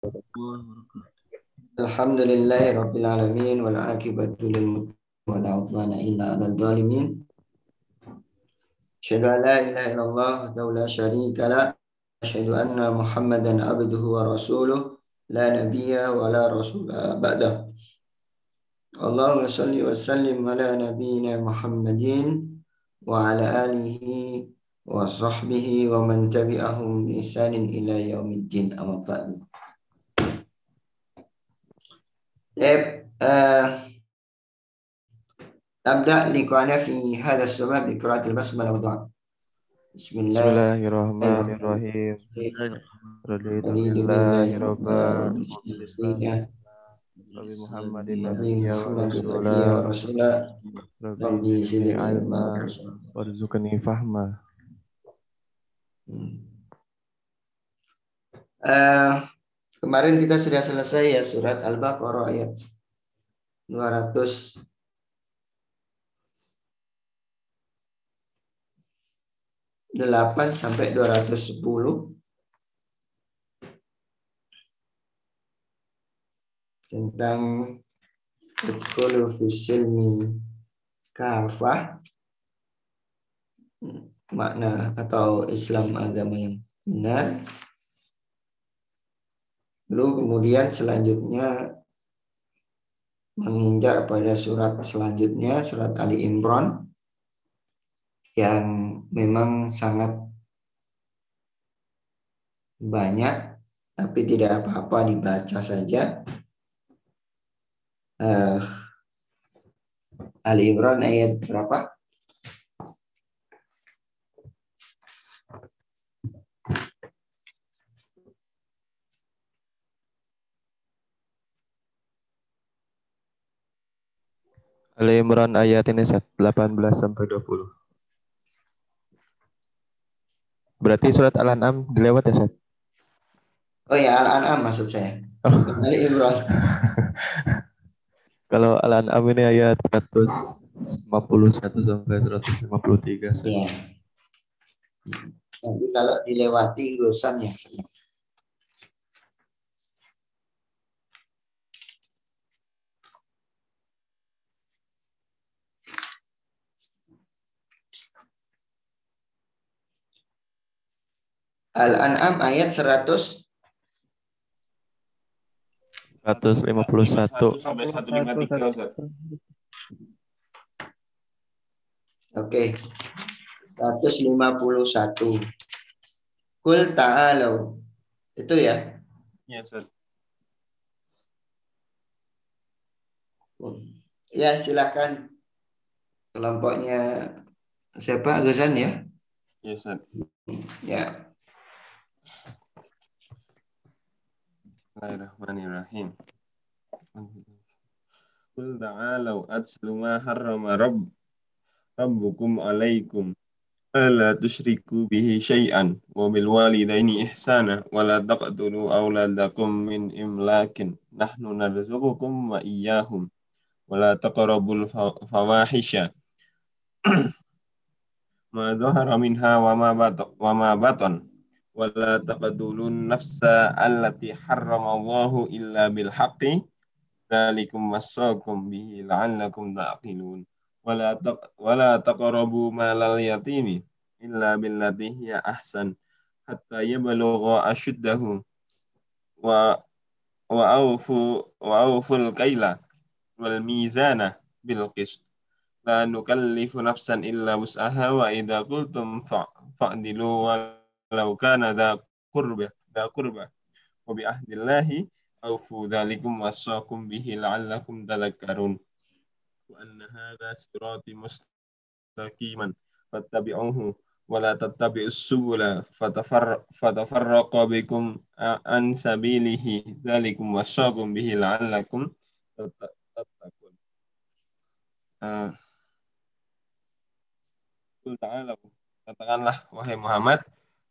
Alhamdulillahi Rabbil Alamin wal aqibatu lil muttaqin wa la udwana illa 'alal zalimin. Asyhadu an la ilaha illallah wa la syarika la. Asyhadu anna Muhammadan abduhu wa rasuluh la nabiyya wa la rasula ba'da. Allahumma shalli wa sallim ala nabiyyina Muhammadin wa ala alihi wa sahbihi wa man tabi'ahum bi ihsanin ila yaumiddin amma ba'du. نبدأ لقاءنا في هذا السبب بقراءة البسملة والدعاء. بسم الله Bismillahirrahmanirrahim. Raditu الرحمن billahi بالله رب robba wa bil Islam العالمين wa bi Muhammadin نبي nabiyya wa محمد rasula النبي ورسوله rabbi ربي zidni زدني علما ilma ورسولا. warzuqni fahma. Kemarin kita sudah selesai ya surat Al-Baqarah ayat 208 sampai 210 tentang Udkhulu fis-silmi kafah, makna atau Islam agama yang benar. Lalu kemudian selanjutnya menginjak pada surat selanjutnya, surat Ali Imran, yang memang sangat banyak, tapi tidak apa-apa dibaca saja. Ali Imran ayat berapa? Ali Imran ayat ini 18 sampai 20. Berarti surat Al-An'am dilewat ya, Seth? Oh ya, Al-An'am maksud saya. Oh. Bukan Ali Imran. Kalau Al-An'am ini ayat 151 sampai 153. Iya. Nanti kalau dilewati dosan ya. Al-An'am ayat 151 sampai 153. Oke. 151. Qul ta'alu. Itu ya. Ya, Ustaz. Ya, silakan. Kelompoknya siapa? Agazan ya? Ya, Ustaz. Ya. Bismillahirrahmanirrahim. Qul ta'alau atslu ma harrama rabbukum alaikum alla tusyriku bihi syai'an wa bil walidaini ihsana wa la taqtulu auladakum min imlakin nahnu narzuqukum wa iyyahum wa la taqrabul fawahisha ma dhahara minha wa ma batan wa la taqtulun nafsa allati harramallahu illa bil haqqi dzalikum wassakum bihi la'allakum ta'qilun wa la taqrabu malal yatimi illa billati hiya ahsan hatta yablugha ashuddahu wa awful kaila wal mizana bil qist la nukallifu nafsan illa wus'aha wa idza qultum fa'dilu walau kana dha qurba wa bi ahdillahi awfu dzalikum wassakum bihi la'allakum tadhakkarun wa anna hadza sirati mustaqiman fattabi'uhu wa la tattabi'us subula fatafarraqa bikum an sabilihi dzalikum wassakum bihi la'allakum tattaqun. Ta'ala, katakanlah wahai Muhammad,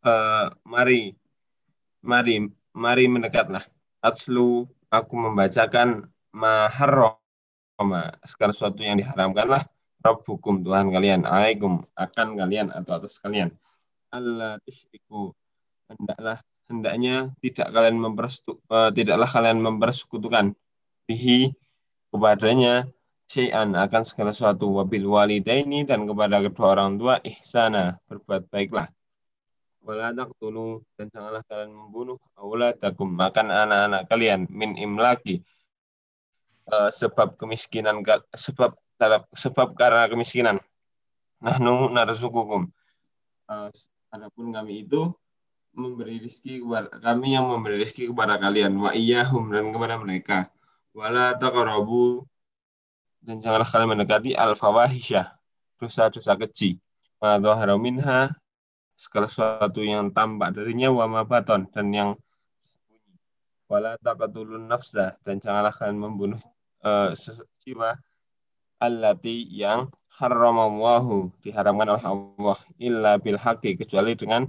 mari mendekatlah. Atslu, aku membacakan maharrama, segala sesuatu yang diharamkanlah Rabbukum, Tuhan kalian, alaikum, akan kalian atau atas kalian. Allah tusyriku, hendaklah hendaknya tidaklah kalian mempersekutukan bihi kepadanya syai'an akan segala sesuatu, wabil walidaini dan kepada kedua orang tua ihsana berbuat baiklah, wala taqtulu dan janganlah kalian membunuh auladakum makan anak-anak kalian min imlaki sebab kemiskinan sebab karena kemiskinan, nahnu narzukukum adapun kami itu memberi rezeki kepada kami yang memberi rezeki kepada kalian, wa iyyahum dan kepada mereka, wala taqrabu dan janganlah kalian mendekati al-fawahisyah dosa-dosa keji, ma dzahara minha segala sesuatu yang tampak darinya, wa ma baton dan yang sembunyi, wala taqtulun nafsa dan janganlah kalian membunuh jiwa allati yang haramallahu diharamkan oleh Allah illa bil haqqi kecuali dengan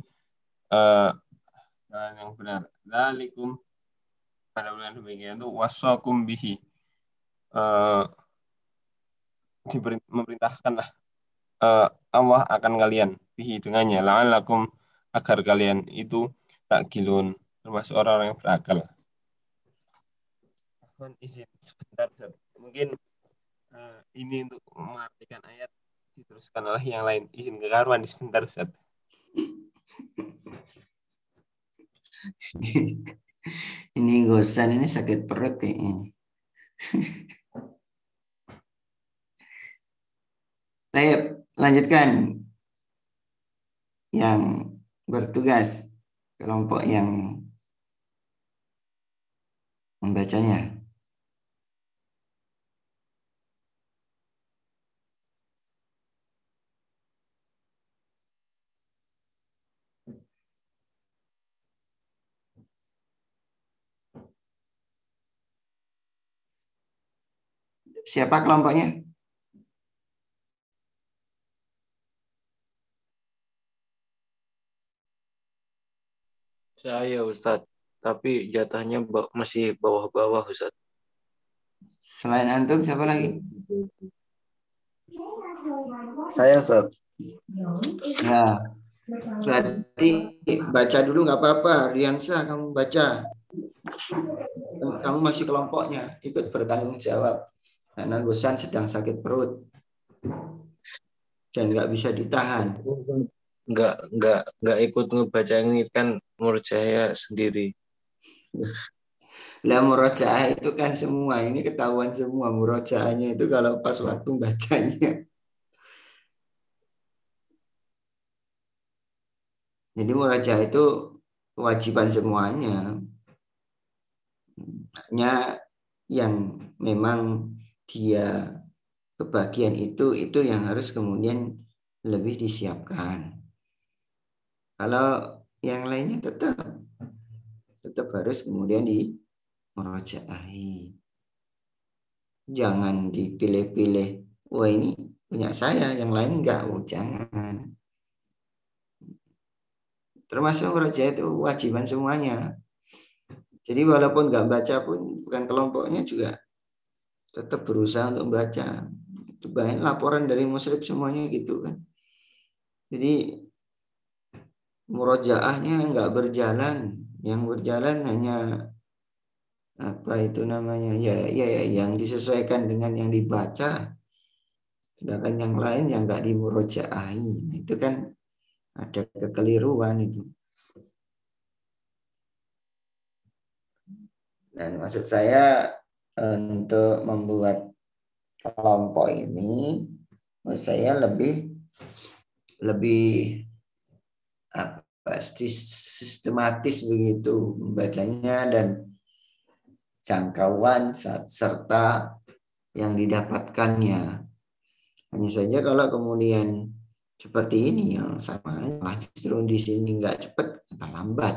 jalan yang benar. Dzalikum pada bulan demikian itu wasakum bihi memerintahkanlah Allah akan kalian bihi dengannya la'allakum agar kalian itu takilun termasuk orang-orang yang berakal. Mohon izin sebentar Ustaz. Mungkin ini untuk mengartikan ayat diteruskan oleh yang lain. Izin kekaruan sebentar Ustaz. Ini Gosan ini sakit perut kayaknya. Saya lanjutkan yang bertugas kelompok yang membacanya. Siapa kelompoknya? Saya Ustadz, tapi jatahnya masih bawah-bawah Ustadz. Selain antum siapa lagi? Saya Ustaz. Ya, berarti baca dulu nggak apa-apa. Riansyah kamu baca. Kamu masih kelompoknya, ikut bertanggung jawab. Karena Gosan sedang sakit perut dan nggak bisa ditahan. Nggak ikut ngebaca ini kan menurut saya sendiri. Lah murojaah itu kan semua ini ketahuan semua murojaahnya itu kalau pas waktu bacanya. Jadi murojaah itu kewajiban semuanya. Hanya yang memang dia kebagian itu yang harus kemudian lebih disiapkan. Kalau yang lainnya tetap harus kemudian di merojaahi. Jangan dipilih-pilih. Wah ini punya saya, yang lain enggak. Oh jangan. Termasuk merojaah itu kewajiban semuanya. Jadi walaupun enggak baca pun, bukan kelompoknya juga tetap berusaha untuk baca. Itu banyak laporan dari muslim semuanya gitu kan. Jadi murojaahnya enggak berjalan. Yang berjalan hanya apa itu namanya ya yang disesuaikan dengan yang dibaca, sedangkan yang lain yang nggak dimurojaahi, itu kan ada kekeliruan itu. Dan maksud saya untuk membuat kelompok ini, menurut saya lebih apa sistematis begitu membacanya dan jangkauan serta yang didapatkannya. Hanya saja kalau kemudian seperti ini ya sama aja, justru di sini nggak cepat, kita lambat.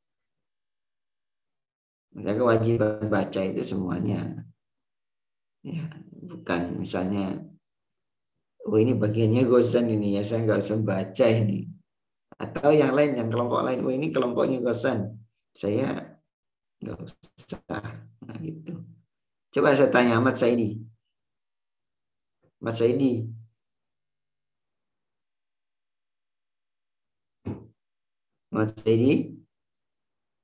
Maka kewajiban baca itu semuanya. Ya, bukan misalnya, oh ini bagiannya Gosan ini ya, saya nggak usah baca ini. Atau yang lain, yang kelompok lain, oh ini kelompoknya Gosan, saya nggak usah. Nah gitu. Coba saya tanya Ahmad Saidi. Ahmad Saidi. Ahmad Saidi.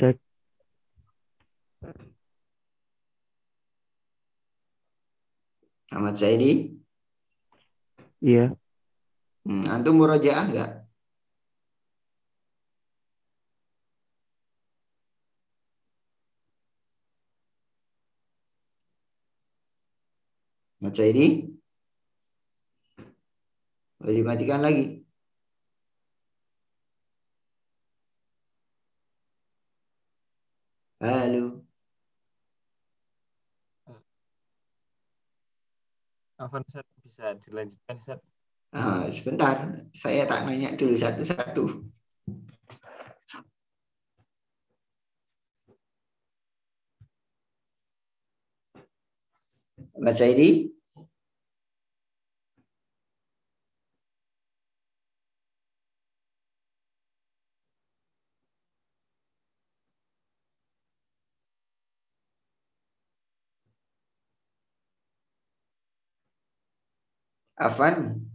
Cek. Ahmad Saidi. Iya. Antum murojaah nggak? Ahmad Saidi. Boleh dimatikan lagi. Halo. Afwan Ustaz, bisa dilanjutkan Ustaz? Sebentar, saya tak nanya dulu satu-satu. Ahmad Saidi. Afan.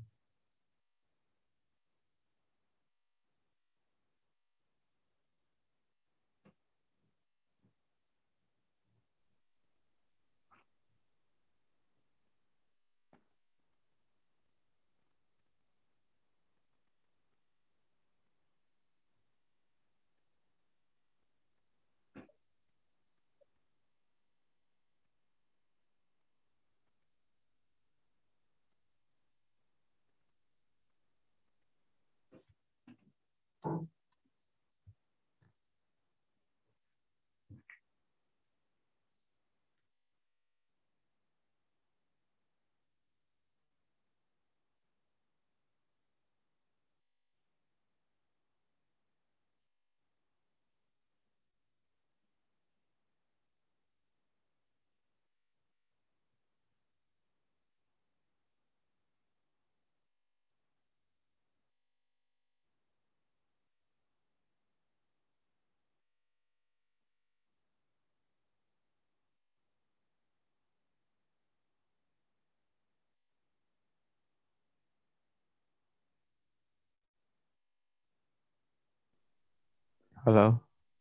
Halo.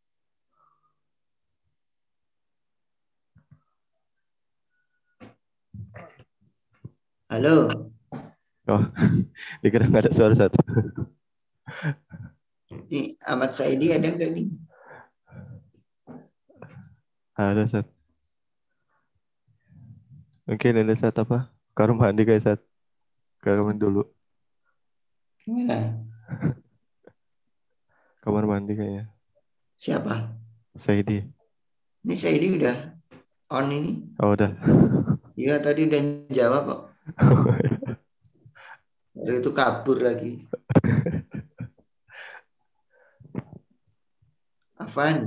Halo. Oh, dikira nggak ada suara satu. Ini Ahmad Saidi ada nggak nih? Ada Sat. Mungkin ada Sat apa? Kamar mandi kayak Sat. Kamar mandi dulu. Gimana? Kamar mandi kayaknya. Siapa? Saidi. Ini Saidi udah on ini. Oh udah. Iya tadi udah jawab kok. Dari itu kabur lagi. Afan.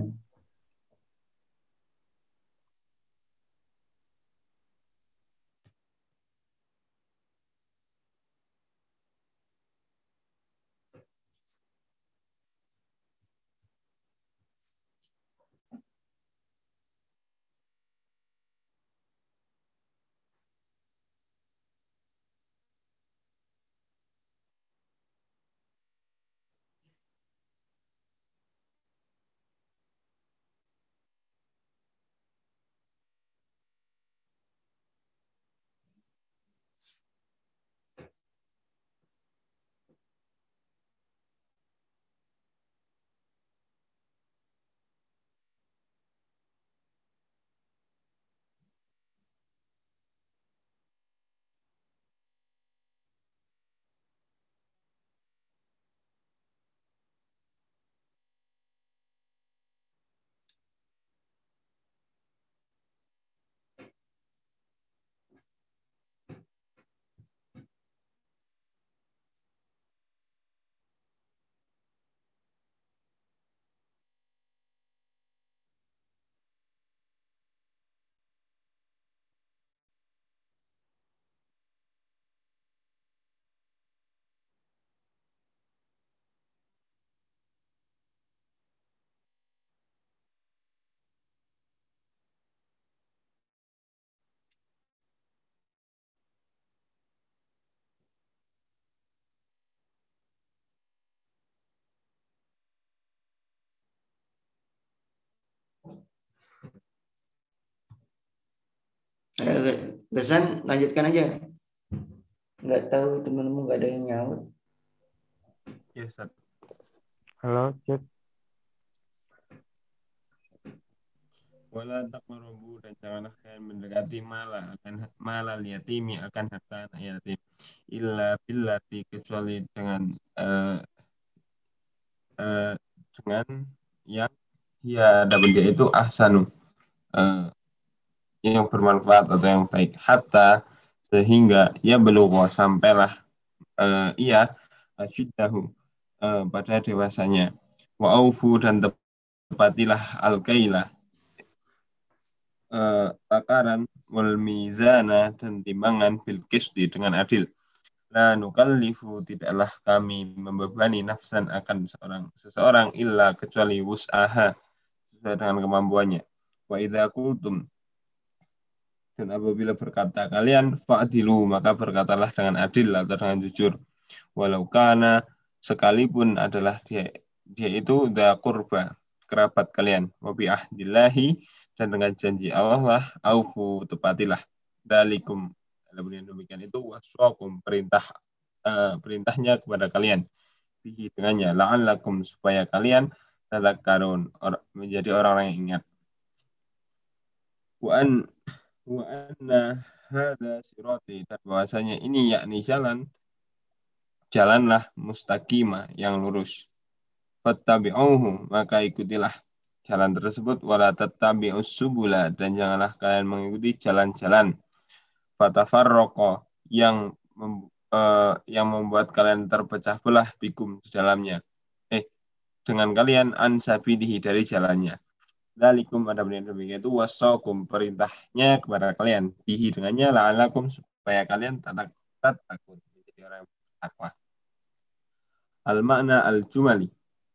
Gesan, lanjutkan aja. Nggak tahu temenmu nggak ada yang nyaut. Ya, Ustaz. Halo, cek. Wala taqrabu, dan janganlah kalian mendekati malal yatimi akan harta anak yatim illa billati, kecuali dengan yang dapat dia itu ahsanu, yang bermanfaat atau yang baik, hatta sehingga ia belum sampailah ia asyiddahu, pada dewasanya, wa aufu, dan tepatilah al-kailah, takaran, wal mizana, dan timbangan, bil qisti, dengan adil. La nukallifu, tidaklah kami membebani nafsan akan seseorang illa, kecuali wus'aha, sesuai dengan kemampuannya. Wa idza qultum, dan apabila berkata kalian, fa'dilu, maka berkatalah dengan adil atau dengan jujur. Walau kana, sekalipun adalah dia itu dza qurba, kerabat kalian. Wa bi ahdillahi, dan dengan janji Allah lah, aufu, tepatilah. Dalikum, demikian itu, waswakum, perintahnya kepada kalian, bihi, dengannya, la'allakum, supaya kalian tadakkarun, menjadi orang-orang yang ingat. Wa anna hadza sirati, dan bahwasanya ini yakni jalanlah mustaqimah, yang lurus. Fattabi'uhu, maka ikutilah jalan tersebut, wala tattabi'us subula, dan janganlah kalian mengikuti jalan-jalan, fatafarraqa, yang membuat kalian terpecah belah, bikum, di dalamnya, dengan kalian, an sabilihi, dari jalannya. Dalikum, ada benar demikian itu, wasakum, perintahnya kepada kalian, bihi, dengannya, la'alakum, supaya kalian takut, menjadi orang yang bertakwa. Al-makna al-jumali,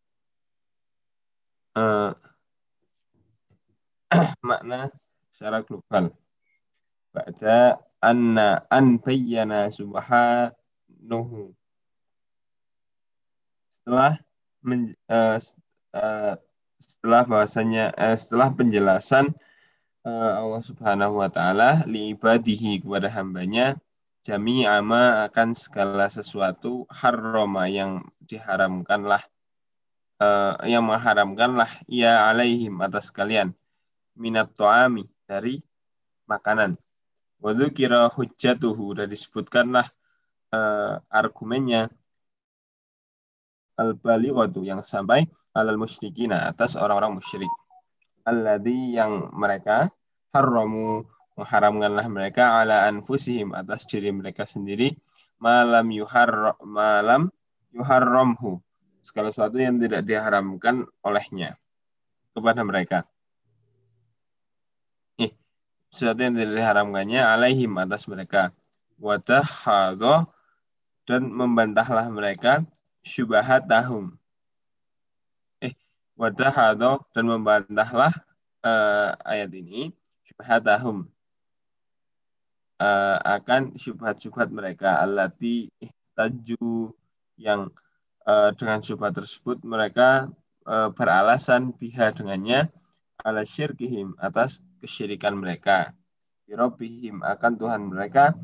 makna secara global. Ba'da an bayyana subhanahu, setelah penjelasan Allah Subhanahu wa taala li ibadihi, kepada hambanya, jami'a ma, akan segala sesuatu, harrama, yang mengharamkanlah ia alaihim, atas kalian, minat to'ami, dari makanan. Wa dzukira hujjatuhu, dan disebutkanlah argumennya, al-balighatu, yang sampai, alal musyrikina, atas orang-orang musyrik, alladzi, yang mereka, harramu, mengharamkanlah mereka, ala anfusihim, atas diri mereka sendiri, malam yuharramhu, segala sesuatu yang tidak diharamkan olehnya kepada mereka. Sesuatu yang tidak diharamkannya, alaihim, atas mereka. Wadahadha, dan membantahlah mereka, syubahatahum. Wadahadha, dan membantahlah ayat ini, syubahatahum, akan syubhat-syubhat mereka, allati ihtaju, yang dengan syubhat tersebut mereka beralasan biha, dengannya, ala syirkihim, atas kesyirikan mereka, birobihim, akan Tuhan mereka,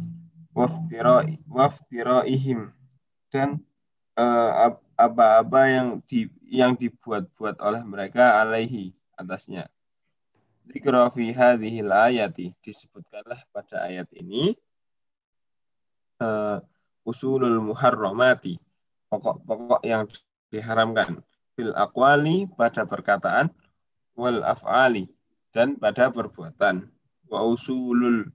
waftiroihim, dan apa-apa yang dibuat-buat oleh mereka, alaihi, atasnya. Dzikra fi hadhil ayati, disebutkanlah pada ayat ini, usulul muharramati, pokok-pokok yang diharamkan, fil aqwali, pada perkataan, wal af'ali, dan pada perbuatan, wa usulul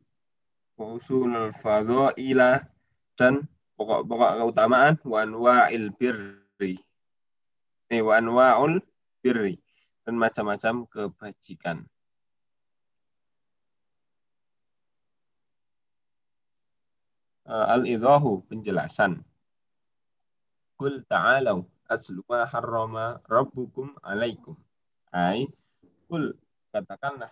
fadhailah, dan pokok-pokok keutamaan, wa anwa'il birri, wa anwa'ul birri, dan macam-macam kebajikan. Al-idhahu, penjelasan. Qul ta'alau atlu ma harrama rabbukum alaikum. Qul, katakanlah,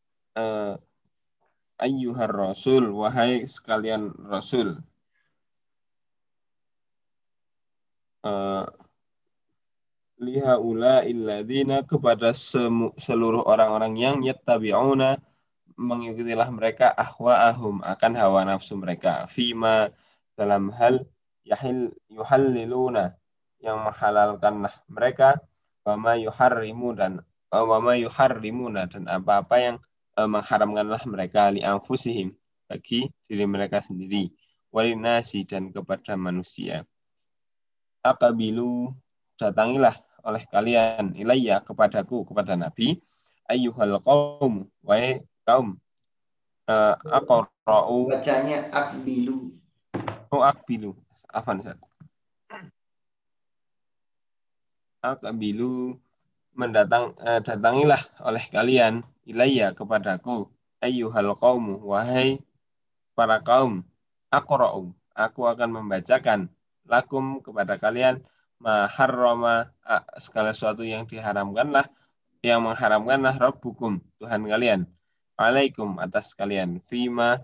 ayyuhar rasul, wahai sekalian rasul, lihaula illadzina, kepada seluruh orang-orang yang yattabi'una, mengikutilah mereka ahwa'ahum akan hawa nafsu mereka fima dalam hal yuhalliluna yang menghalalkanlah mereka wama yuharrimuna dan apa-apa yang mengharamkanlah mereka li anfusihim bagi diri mereka sendiri walinasi dan kepada manusia. Aqabilu datangilah oleh kalian ilayya kepadaku kepada Nabi ayyuhal qaum wahai kaum aqra'u Bacanya akbilu. aqbilu afan Ustaz. Aqbilu datangilah oleh kalian ilayya kepadaku ayyuhal qaum wahai para kaum aqra'u aku akan membacakan lakum kepada kalian ma harrama segala sesuatu yang mengharamkanlah Rabbukum Tuhan kalian alaikum atas kalian fima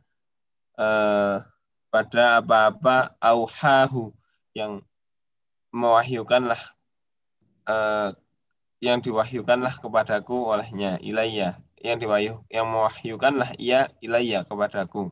pada apa-apa auhahu yang mewahyukanlah yang diwahyukanlah kepadaku olehnya ilayya yang mewahyukanlah ia ilayya kepadaku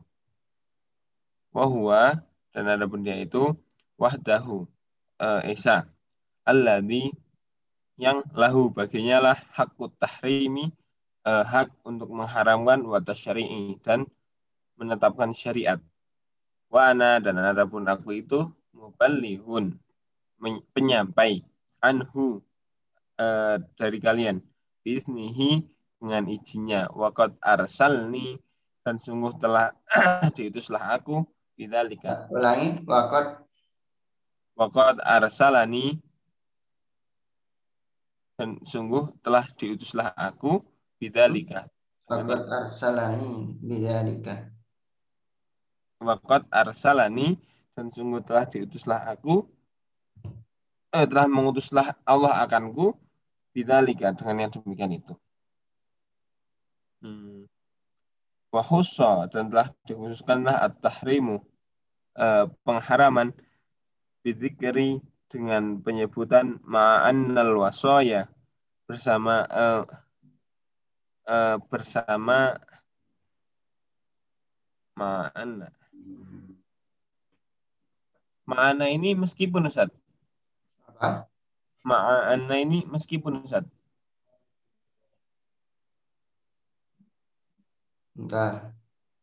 wahwa dan ada benda itu wahdahu esa alladzi yang lahu baginya lah hakut tahrimi hak untuk mengharamkan wa tasyri'i dan menetapkan syariat wa ana dan adapun aku itu muballihun penyampai anhu dari kalian biiznihi dengan izinnya waqad arsalni dan sungguh telah diutuslah aku bidzalika Ulangi, waqad arsalani dan sungguh telah diutuslah aku bidzalika waqad arsalani bidzalika. waqad arsalani dan sungguh telah diutuslah aku telah mengutuslah Allah akanku bidzalika dengan yang demikian itu. Wa khussa dan telah dikhususkanlah at-tahrimu pengharaman bidzikri dengan penyebutan ma'annal wasaya bersama ma'ana ini meskipun Ustaz. Apa? Ma'ana ini meskipun Ustaz. Bentar.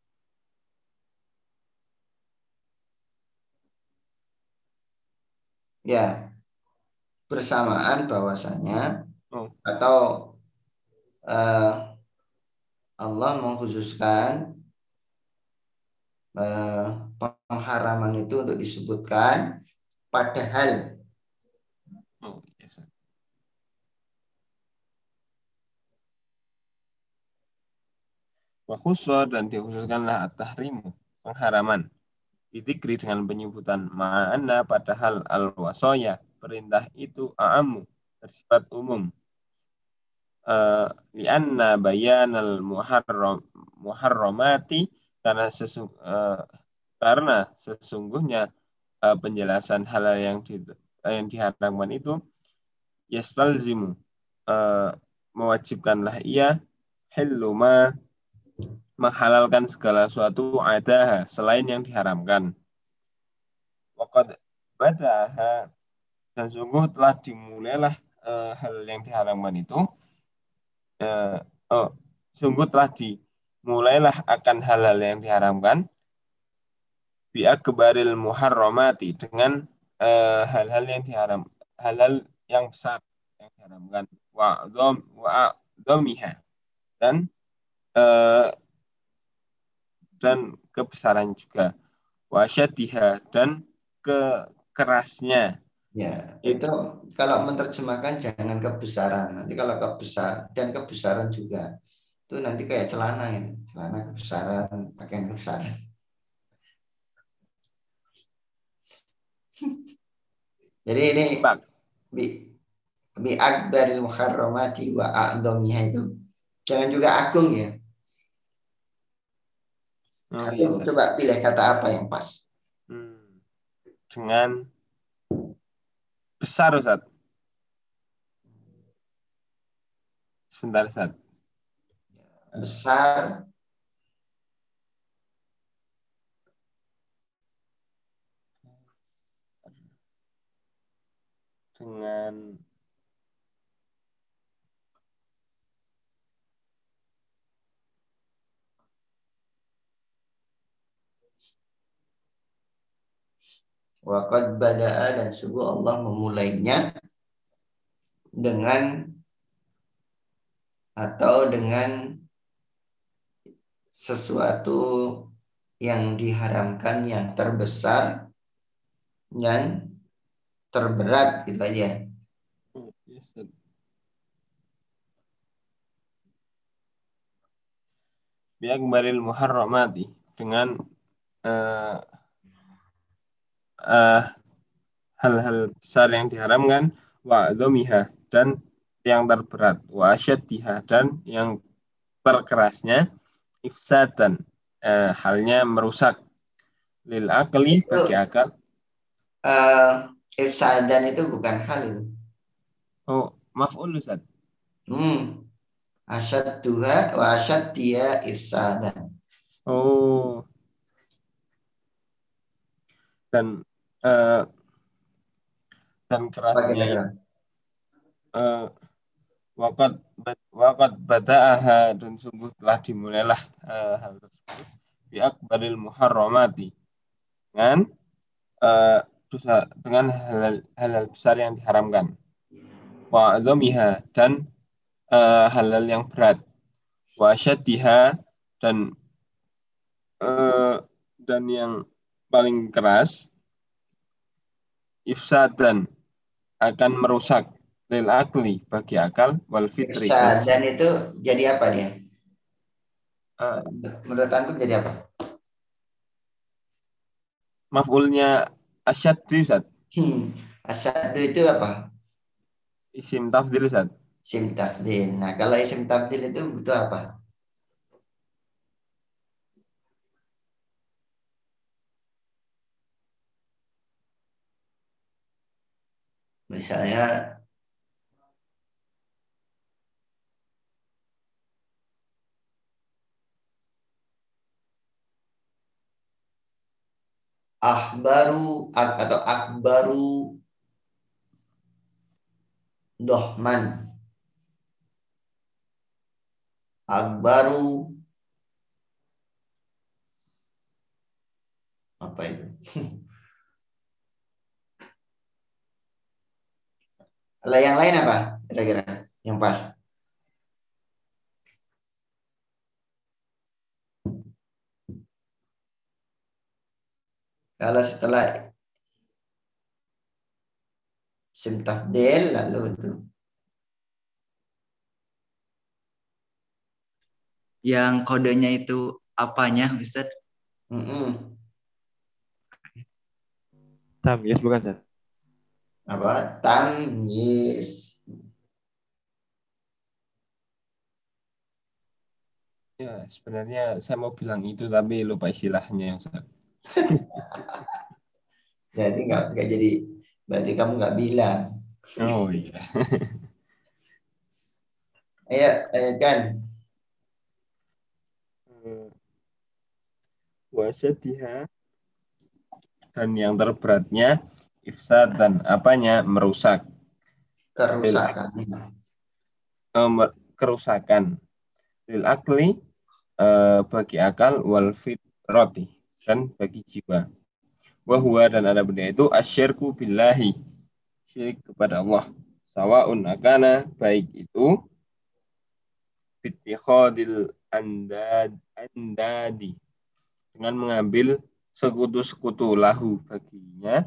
Ya, bersamaan bahwasanya atau Allah mengkhususkan pengharaman itu untuk disebutkan padahal wa khussa dan dikhususkanlah at-tahrimu pengharaman didzikri dengan penyebutan ma'anna padahal al-wasaya perintah itu a'ammu bersifat umum li'anna bayanal muharramati karena sesungguhnya penjelasan hal yang diharamkan itu yastalzimu mewajibkanlah ia hilluma menghalalkan segala sesuatu adaha selain yang diharamkan. Waqad badaha dan sungguh telah dimulailah hal yang diharamkan itu. Sungguh telah dimulailah akan hal-hal yang diharamkan bi akbaril muharramati dengan hal-hal yang besar yang diharamkan wa dhammiha dan kebesaran juga wasyadiha dan kekerasnya. Ya, itu kalau menerjemahkan jangan kebesaran. Nanti kalau kebesaran juga itu nanti kayak celana ini, celana kebesaran, pakaian kebesaran. Jadi ini bi akbaril muharramati wa a'dhamiha itu jangan juga agung ya. Atau coba pilih kata apa yang pas. Dengan besar Ustaz. Sebentar Ustaz. Besar dengan Waqad bada'a, dan sungguh Allah memulainya dengan sesuatu yang diharamkan, yang terbesar dan terberat, gitu aja. biakbaril muharramati, dengan hal-hal besar yang diharamkan, wa adzomiha, dan yang terberat, wa asyaddiha, dan yang terkerasnya, ifsadan, halnya merusak, lil akli, bagi Itu akal. ifsadan itu bukan hal itu. Oh, maf'ul Ustaz. Asyadduha wa asyaddiya ifsadan. Oh, dan Apa kerasnya kira-kira? waqad bada'aha, dan sungguh telah dimulailah hal tersebut, bi akbaril muharramati, dengan dengan hal-hal besar yang diharamkan, wa adzamiha, dan hal-hal yang berat, wa asyaddiha, dan yang paling keras, ifsadan, akan merusak, lil akli, bagi akal, wal fitri, dan Ifsadan itu jadi apa dia? Menurut antum jadi apa? maf'ulnya asyaddi Ustaz. Asyaddu itu apa? Isim tafdil Ustaz. Isim tafdil. Nah, kalau isim tafdil itu butuh apa? Misalnya atau akbaru dohman. Akbaru apa itu? Kalau yang lain apa kira-kira yang pas? Kalau setelah isim tafdil lalu itu Yang kodenya itu apanya, Ustaz? Tamyiz bukan, Ustaz? apa? Tamyiz. Ya, sebenarnya saya mau bilang itu tapi lupa istilahnya Ustaz. Jadi nggak jadi, berarti kamu nggak bilang. Oh iya. Ayo, kan? Wasyadiha, dan yang terberatnya, ifsad, dan apanya, merusak, Kerusakan. kerusakan, lil akli, bagi akal, wal fitrati, dan bagi jiwa. Wahwa, dan ada benda itu, asyirku billahi, syirik kepada Allah. Sawaun akana, baik itu bittikhadil andadi, dengan mengambil sekutu-sekutu lahu, baginya,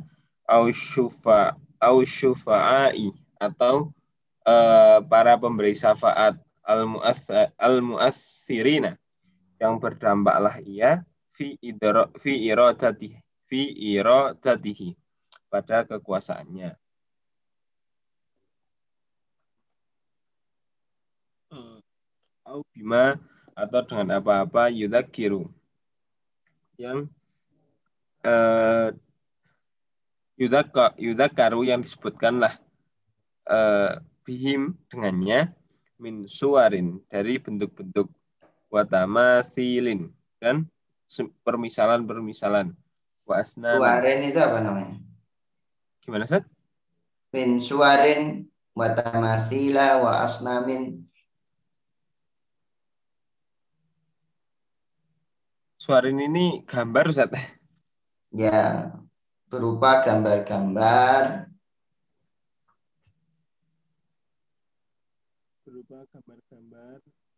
au syufa'i, atau para pemberi syafaat, al-mu'assirina, yang berdampaklah ia fi iradatihi, pada kekuasaannya. Au bima, atau dengan apa-apa, yudzakiru, yang yudakaru, yang disebutkanlah bihim, dengannya, min suwarin, dari bentuk-bentuk, watamasilin, dan permisalan-permisalan, wa asnamin. Suaren itu apa namanya? Gimana Ustaz? min suwarin wa tamathila wa asnamin. Suarin ini gambar Ustaz. Ya, berupa gambar-gambar. Berupa gambar-gambar.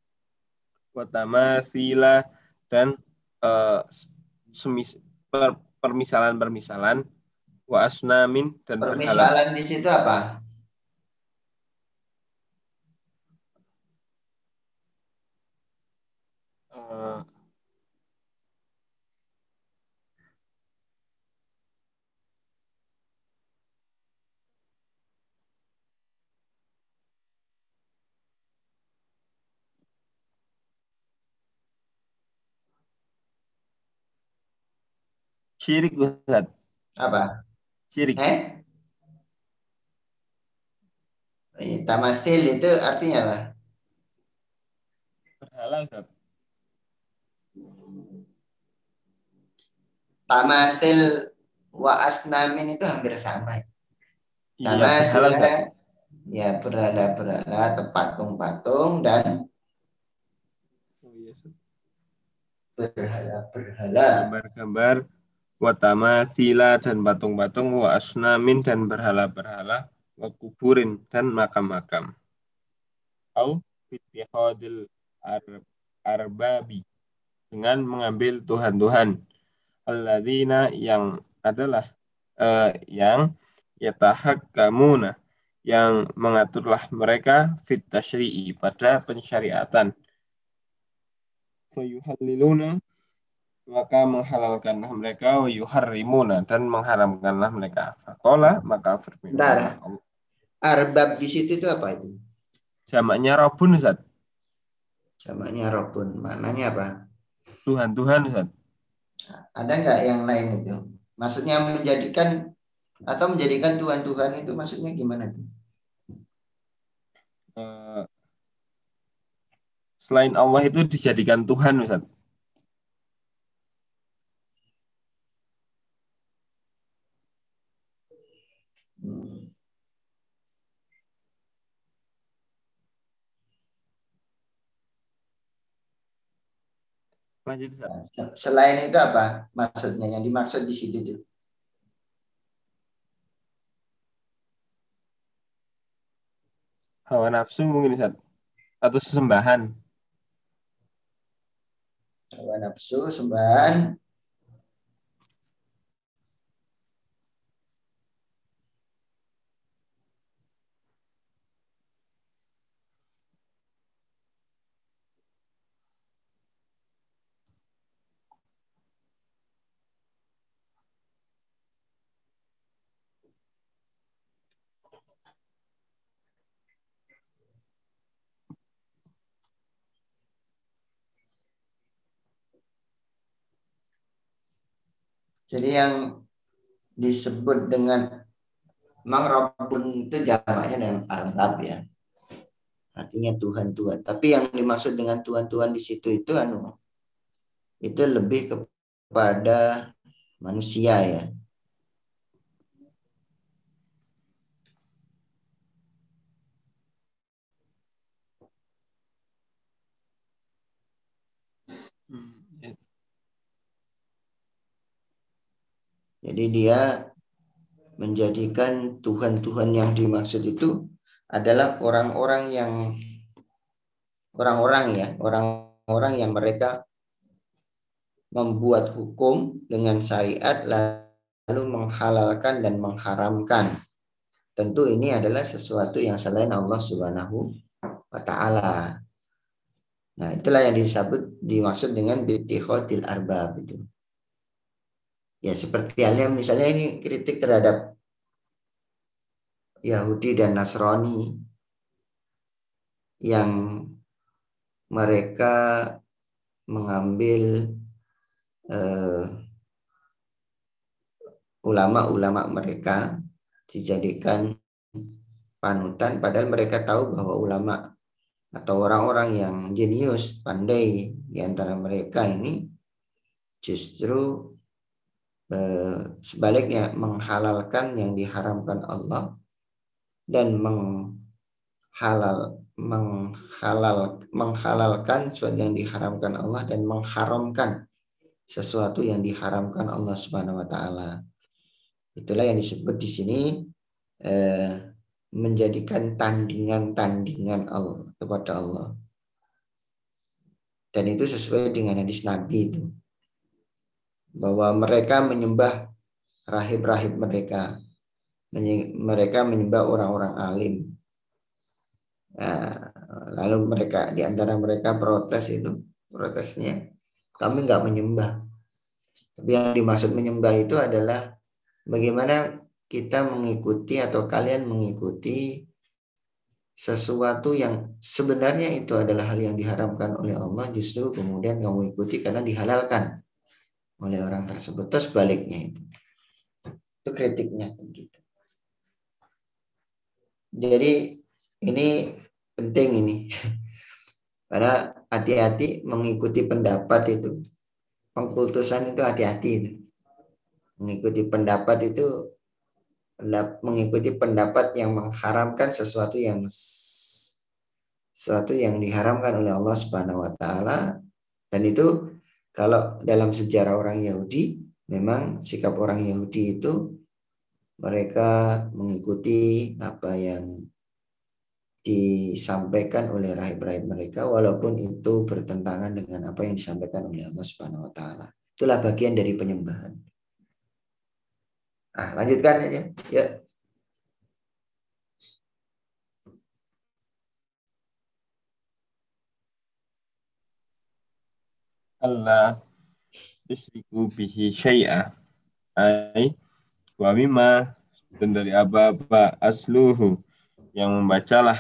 Watamasila dan permisalan-permisalan. Wa asnamin dan berhala. Permisalan di situ apa? Syirik Ustaz. Apa? Syirik. Tamasil itu artinya apa? Berhala Ustaz. Tamasil wa asnamin itu hampir sama. Iya, berhala Ustaz. Ya, berhala-berhala, patung-patung dan berhala-berhala. Gambar-gambar, watamasila dan patung-patung, wa asnamin dan berhala-berhala, wa kuburin dan makam-makam. Au fitihadil arbabi, dengan mengambil tuhan-tuhan. Alladzina yang adalah yang yatahakkamuna, yang mengaturlah mereka fit tasyri'i, pada pensyariatan. Fayuhalliluna, maka menghalalkanlah mereka, wa yuharrimuna, dan mengharamkanlah mereka. Faqala, maka firman Allah. Arbab di situ itu apa itu? Jamaknya robun Ustaz. Jamaknya robun. Maknanya apa? Tuhan-tuhan Ustaz. Ada nggak yang lain itu? Maksudnya menjadikan atau menjadikan tuhan-tuhan itu maksudnya gimana tuh? Selain Allah itu dijadikan Tuhan Ustaz. Lanjut Ustaz. Selain itu apa maksudnya yang dimaksud di situ tuh? Hawa nafsu mungkin Ustaz. Atau sesembahan. Hawa nafsu, sembahan. Jadi yang disebut dengan mangrobun itu jamaknya dengan arbab ya. Artinya Tuhan-Tuhan. Tapi yang dimaksud dengan Tuhan-Tuhan di situ itu itu lebih kepada manusia ya. Jadi dia menjadikan Tuhan-Tuhan yang dimaksud itu adalah orang-orang yang mereka membuat hukum dengan syariat lalu menghalalkan dan mengharamkan. Tentu ini adalah sesuatu yang selain Allah Subhanahu wa taala. Nah, itulah yang dimaksud dengan bittikhadil arbab itu. Ya seperti halnya misalnya ini kritik terhadap Yahudi dan Nasrani yang mereka mengambil ulama-ulama mereka dijadikan panutan, padahal mereka tahu bahwa ulama atau orang-orang yang jenius, pandai di antara mereka ini justru sebaliknya menghalalkan yang diharamkan Allah dan menghalalkan sesuatu yang diharamkan Allah dan mengharamkan sesuatu yang diharamkan Allah Subhanahu wa taala. Itulah yang disebut di sini menjadikan tandingan-tandingan Allah kepada Allah. Dan itu sesuai dengan hadis Nabi itu. Bahwa mereka menyembah rahib-rahib mereka. Mereka menyembah orang-orang alim. Nah, lalu mereka di antara mereka protesnya kami nggak menyembah. Tapi yang dimaksud menyembah itu adalah bagaimana kita mengikuti atau kalian mengikuti sesuatu yang sebenarnya itu adalah hal yang diharamkan oleh Allah, justru kemudian kamu ikuti karena dihalalkan oleh orang tersebut. Terus baliknya itu kritiknya gitu. Jadi ini penting ini karena hati-hati mengikuti pendapat itu, pengkultusan itu hati-hati itu. Mengikuti pendapat itu mengikuti pendapat yang mengharamkan sesuatu yang diharamkan oleh Allah Subhanahu wa taala. Dan itu kalau dalam sejarah orang Yahudi, memang sikap orang Yahudi itu mereka mengikuti apa yang disampaikan oleh rahib-rahib mereka walaupun itu bertentangan dengan apa yang disampaikan oleh Allah Subhanahu wa taala. Itulah bagian dari penyembahan. Lanjutkan aja. Ya. Allah tusyriku bihi syai'a ai wa mimma, dan dari apa asluhu, yang membacalah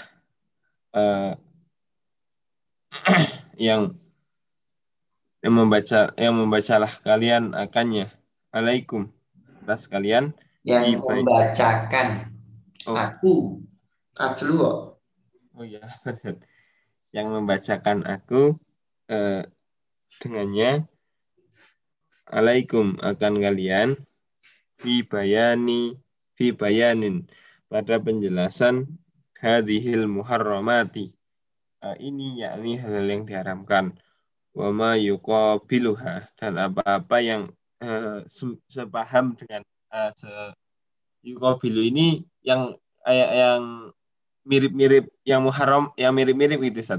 yang membacalah kalian akannya, alaikum, atas kalian, Yang membacakan aku aslu. Oh ya, yang membacakan aku dengannya, alaikum, akan kalian, fi bayanin, pada penjelasan hadhil muharramati, ini yakni hal yang diharamkan, wa ma yuqabiluha, dan apa-apa yang sepaham dengan yuqabilu ini yang mirip-mirip, yang muharram, yang mirip-mirip itu, Ustaz.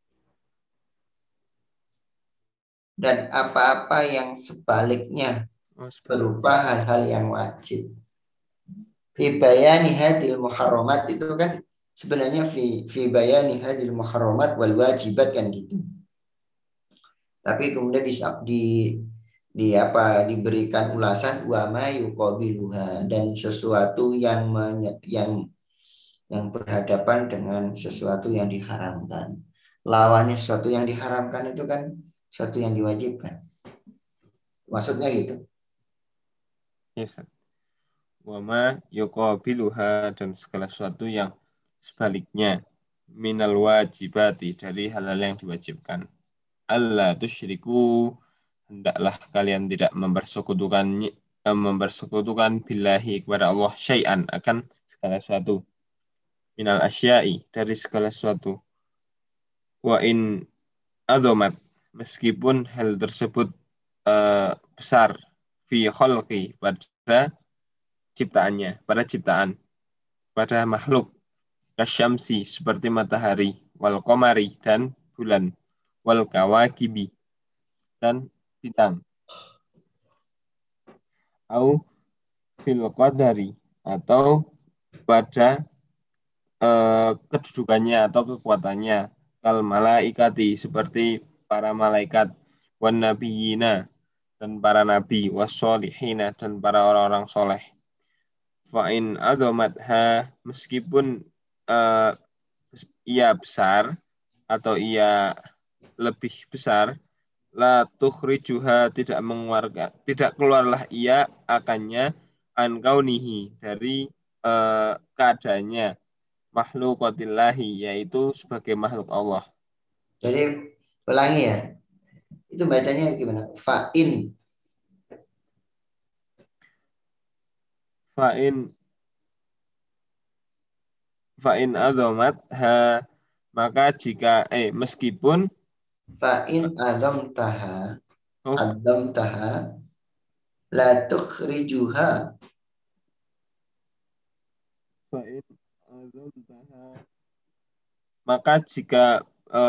Dan apa-apa yang sebaliknya berupa hal-hal yang wajib. Fi bayani hadil muharramat itu kan sebenarnya fi bayani hadil muharramat wal wajibat kan gitu. Tapi kemudian diberikan ulasan wa ma yuqabiluha, dan sesuatu yang berhadapan dengan sesuatu yang diharamkan. Lawannya sesuatu yang diharamkan itu kan sesuatu yang diwajibkan. Maksudnya gitu. Yes. Wa ma yuqabiluha, dan segala sesuatu yang sebaliknya, minal wajibati, dari hal-hal yang diwajibkan. Allah tusyriku, hendaklah kalian tidak mempersekutukan billahi, kepada Allah, syai'an, akan segala sesuatu, minal asyai, dari segala sesuatu, wa in adomat, meskipun hal tersebut besar, fi khalqi, pada ciptaannya, pada ciptaan, pada makhluk, kasyamsi, seperti matahari, wal qamari, dan bulan, wal kawakibi, dan bintang, au fil qadari, atau pada kedudukannya atau kekuatannya, kal malaikati, seperti para malaikat, wan nabiyina, dan para nabi, wassolihina, dan para orang-orang soleh. Fa'in adomatha, meskipun ia besar atau ia lebih besar, la tukhrijuha, tidak keluarlah ia akannya, an kaunihi, dari keadaannya, makhluqatillahi, yaitu sebagai makhluk Allah. Jadi ulangi ya. Itu bacanya gimana? Fa'in fa'in azomat ha, maka jika meskipun Fa'in azamtaha oh azamtaha la tukhrijuha. fa'in azamtaha, maka jika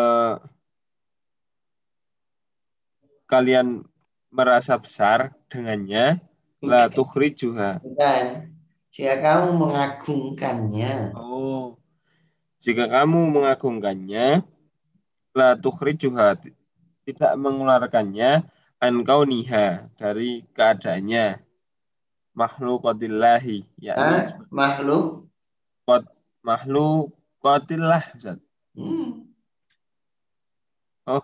kalian merasa besar dengannya, la tukhrijuha. Dan jika kamu mengagungkannya, Oh, jika kamu mengagungkannya, la tukhrijuha, tidak mengeluarkannya, ankau niha, dari keadaannya, makhluqatillahi, yakni makhluk makhluqatillah, Ustaz. hmm, Oh,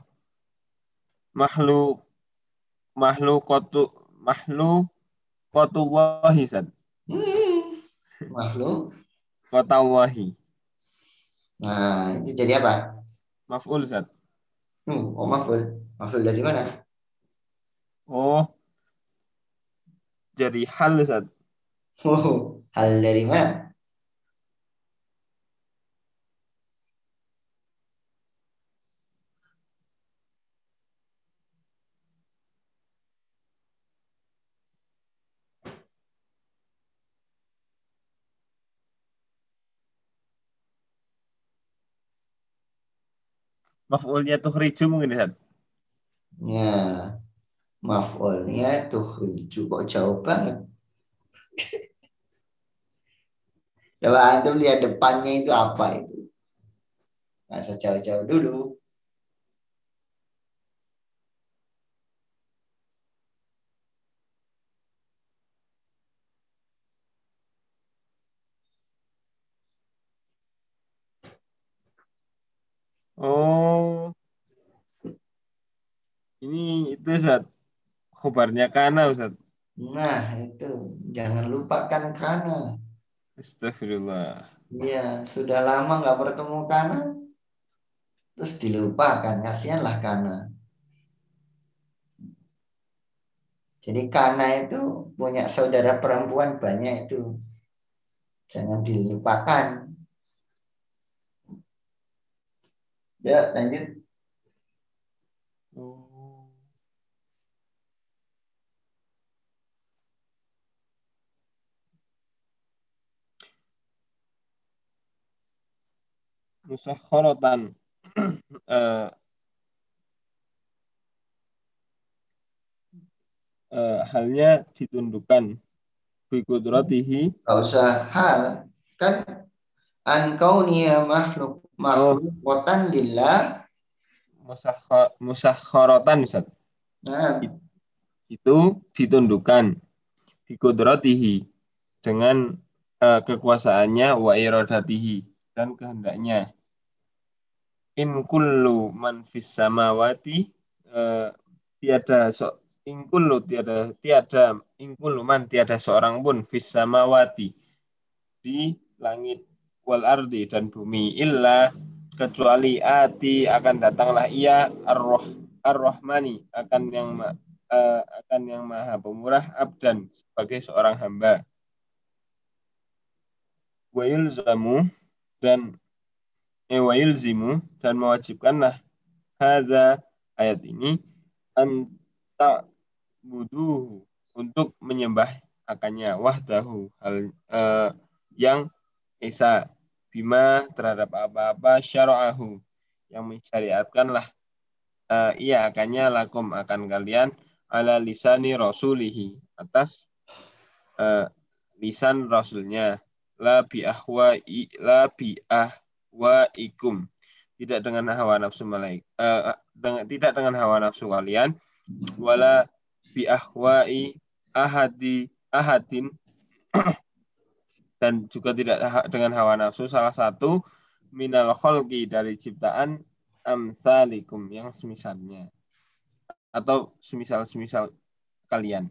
makhlukatu makhlukatullahi, Ustaz. makhluk. Qatallahi. Nah, itu jadi apa? Maf'ul, Ustaz. Oh, maf'ul. Maf'ul dari mana? Oh, jadi hal, Ustaz. Oh, hal dari mana? Maf'ulnya tukhriju mungkin, Ustaz. Ya, maf'ulnya tukhriju. Kok jauh banget? Coba antum lihat depannya itu apa itu? Nggak usah jauh-jauh dulu. Oh, ini itu, Ustaz. Khobarnya kana, Ustaz. Nah, itu. Jangan lupakan kana. Astagfirullah. Iya, sudah lama nggak bertemu kana, terus dilupakan. Kasihanlah kana. Jadi kana itu punya saudara perempuan banyak itu. Jangan dilupakan. Ya, lanjut. Oh. Musakhoratan. Halnya ditundukkan. Bikudratihi. Gak usah hal. Kan ankau nia makhluk Oh, makhlukotan lillah. musakhoratan, Ustaz. Nah, Itu ditundukkan. Bikudratihi. Dengan kekuasaannya, wa iradatihi. Dan kehendaknya. In kullu man fis samawati, tiada in kullu tiada seorang pun fis samawati, di langit, wal ardi, dan bumi, illa, kecuali ati, akan datanglah ia, ar-Rahmani, akan yang maha pemurah, abdan, sebagai seorang hamba. Wa yulzamu, dan wa yulzimu, dan mewajibkanlah hadza, ayat ini, anta buduhu, untuk menyembah akannya, wahdahu, yang esa, bima, terhadap apa-apa, syara'ahu, yang mensyariatkanlah ia akannya, lakum, akan kalian, ala lisani rasulihi, atas lisan rasulnya, la biahwaikum, tidak dengan hawa nafsu tidak dengan hawa nafsu kalian, wala biahwai ahadin, dan juga tidak dengan hawa nafsu salah satu minal kholqi, dari ciptaan, amsalikum, yang semisalnya, atau semisal kalian.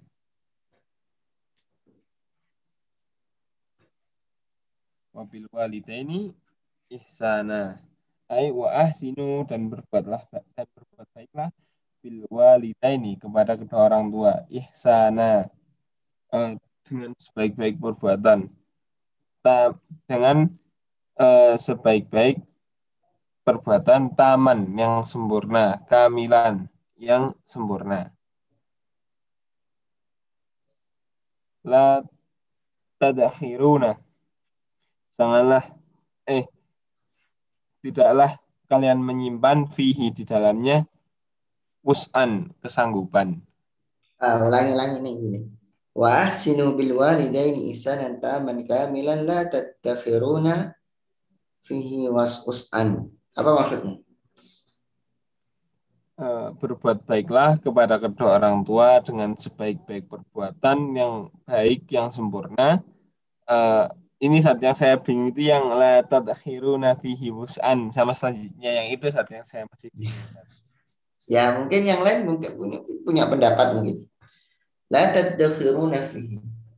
Wabil walidaini ihsana, ai wa ahsinu, dan berbuat baiklah, bil walidaini, kepada kedua orang tua, ihsana, dengan sebaik-baik perbuatan, dengan sebaik-baik perbuatan taman yang sempurna, kamilan yang sempurna. La tadakhiruna, janganlah tidaklah kalian menyimpan fihi di dalamnya wus'an, kesanggupan. Ulangi nih gini. Wa ahsinu bil walidaini ihsanan taman kamilan la tadakhiruna fihi was'an. Apa maksudnya? Berbuat baiklah kepada kedua orang tua dengan sebaik-baik perbuatan yang baik, yang sempurna. Ini saat yang saya bingung itu yang la tadakhiruna fihi wus'an, sama selanjutnya yang itu saat yang saya masih bingung. Ya mungkin yang lain mungkin punya pendapat mungkin. La tadakhiruna fihi.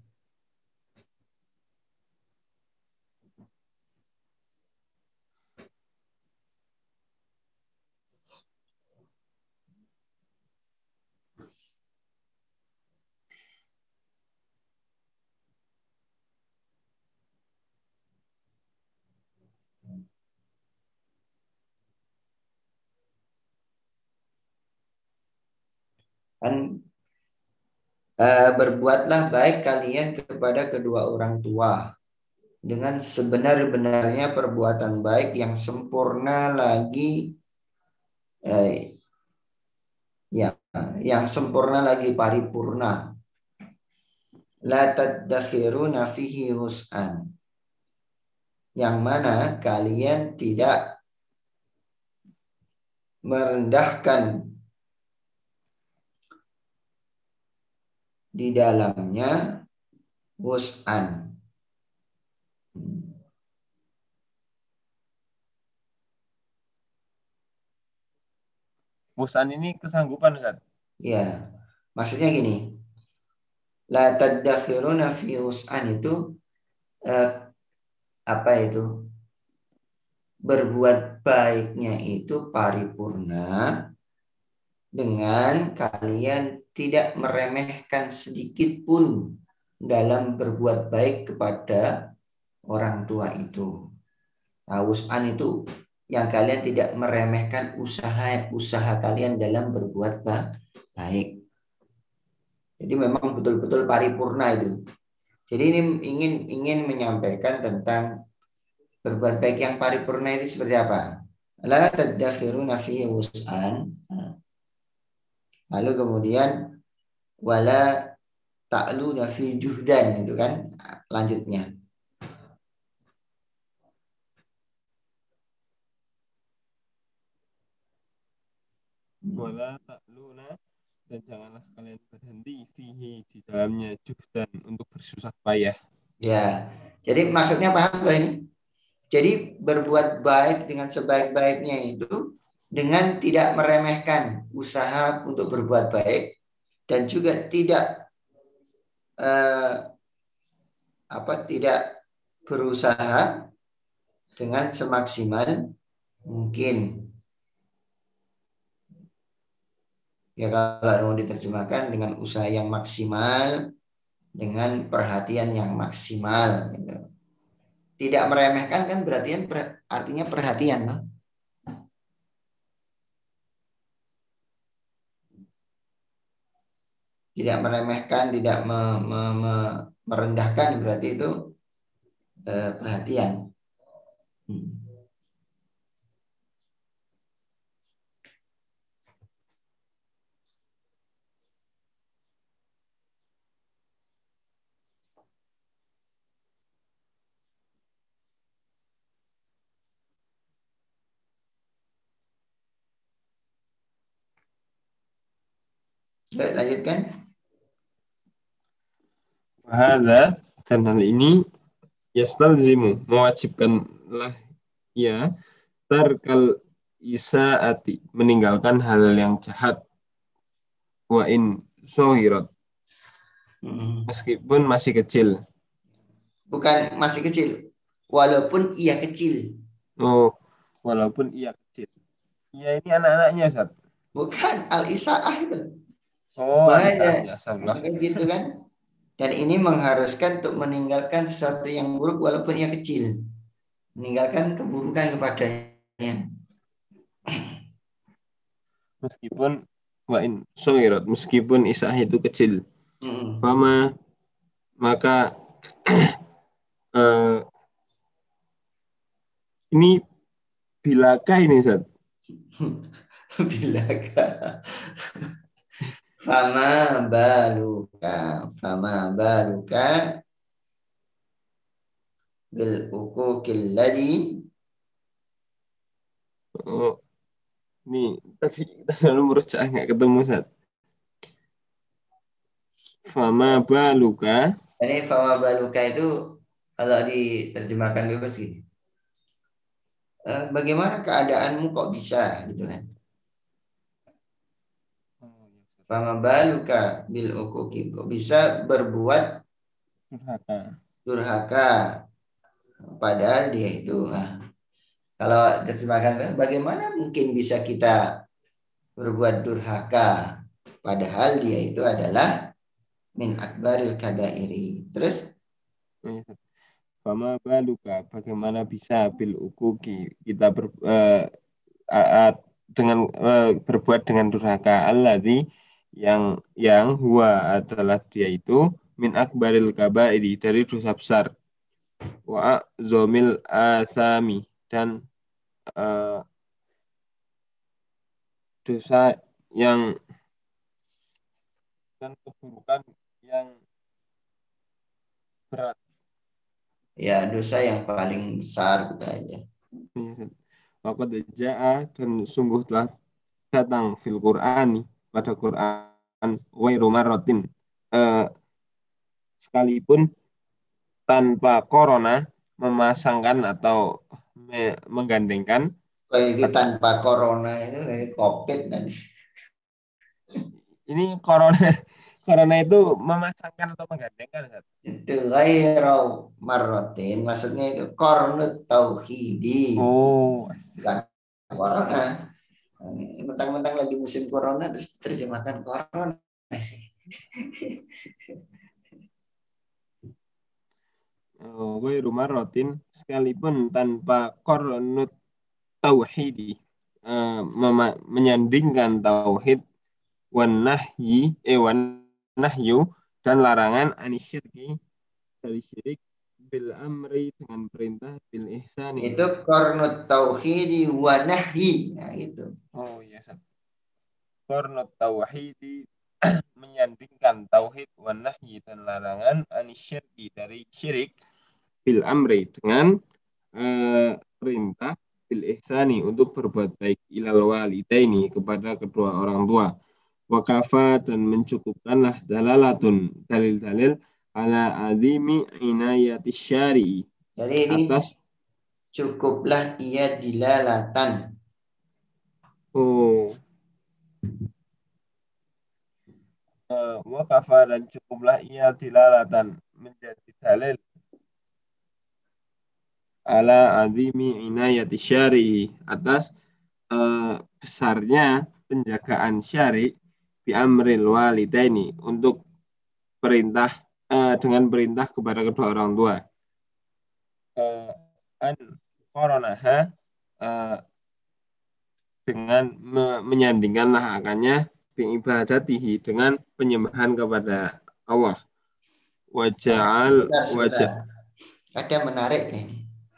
Kan berbuatlah baik kalian kepada kedua orang tua dengan sebenar-benarnya perbuatan baik yang sempurna lagi yang sempurna lagi paripurna. La tadakhiruna fihi wus'an, yang mana kalian tidak merendahkan di dalamnya wus'an. Wus'an ini kesanggupan, Ustaz. Ya, maksudnya gini. La tadakhiruna fi wus'an itu apa itu? Berbuat baiknya itu paripurna dengan kalian tidak meremehkan sedikit pun dalam berbuat baik kepada orang tua itu. Nah, wus'an itu yang kalian tidak meremehkan usaha kalian dalam berbuat baik. Jadi memang betul-betul paripurna itu. Jadi ini ingin menyampaikan tentang berbuat baik yang paripurna itu seperti apa? La tadakhiruna fihi wus'an. Lalu kemudian wala ta'luna fi juhdan, itu kan lanjutnya. Wala ta'luna, dan janganlah kalian berhenti fihi di dalamnya juhdan, untuk bersusah payah. Ya, jadi maksudnya paham gak ini? Jadi berbuat baik dengan sebaik-baiknya itu dengan tidak meremehkan usaha untuk berbuat baik dan juga tidak tidak berusaha dengan semaksimal mungkin. Ya kalau mau diterjemahkan dengan usaha yang maksimal, dengan perhatian yang maksimal gitu. Tidak meremehkan kan berarti artinya perhatian, no? Tidak meremehkan, tidak merendahkan, berarti itu perhatian. Lanjutkan. Wahada, dan hal ini yastalzimu, mewajibkanlah ya tarkal isaati, meninggalkan hal yang jahat, wa in sohirat, meskipun masih kecil. Bukan masih kecil, walaupun ia kecil. Oh, walaupun ia kecil. Ia ini anak-anaknya, Ustaz. Bukan al-isaah itu. Oh, Bahaya. Astagfirullah. Gitu kan. Dan ini mengharuskan untuk meninggalkan sesuatu yang buruk walaupun ia kecil. meninggalkan keburukan kepadanya. Meskipun wa in sughirat, meskipun isah itu kecil. Mm-mm. Fama maka eh, ini bilaka ini Ustaz. Bilaka. Fama baluka. Fama baluka bil ukukil ladzi. Oh, ini tadi kita lalu merujuk nggak ketemu Ustaz. Fama baluka. Ini fama baluka itu kalau diterjemahkan bebas gitu. Bagaimana keadaanmu kok bisa gitu kan? Fama baluka bil ukuki, kok bisa berbuat Durhaka. durhaka padahal dia itu. Kalau terjemahkan bagaimana mungkin bisa kita berbuat durhaka padahal dia itu adalah min akbaril kabairi. Terus Fama baluka, bagaimana bisa bil ukuki kita dengan berbuat dengan durhaka alladzi yang huwa adalah dia itu min akbaril kabairi dari dosa besar wa zomil athami dan eh, dosa yang dan keburukan yang berat. ya dosa yang paling besar gitu aja. Maka ja'a dan sungguh telah datang fil Qur'ani pada Quran wairu marratin sekalipun tanpa corona memasangkan atau menggandengkan Jadi tanpa corona itu dari COVID dan ini corona corona itu memasangkan atau menggandengkan Ustaz? itu ghairu marratin maksudnya itu kornut tauhidi Oh, bukan corona. Mentang-mentang lagi musim corona terus terjemahkan corona. wairu marratin sekalipun tanpa kornut tauhidi menyandingkan tauhid wan nahyu dan larangan anisyirki dari syirik bil amri dengan perintah bil ihsani. Itu kornut tauhidi wa nahyi. Nah, itu. Oh iya. Kornut tauhidi menyandingkan tauhid wan nahyi dan larangan anisyirki dari syirik bil amri dengan perintah bil ihsani untuk berbuat baik ilal walidaini kepada kedua orang tua. Wakafa dan mencukupkanlah dalalatun dalil-dalil ala azimi inayati syari'i Jadi ini atas cukuplah ia dilalatan. Wakafa dan cukuplah ia dilalatan menjadi dalil ala azimi inayati syari'i atas besarnya penjagaan syari bi amril walidaini untuk perintah dengan perintah kepada kedua orang tua. An koronaha dengan menyandingkanlah akannya ibadatihi dengan penyembahan kepada Allah. Waja'al wajah. Ada menarik ini.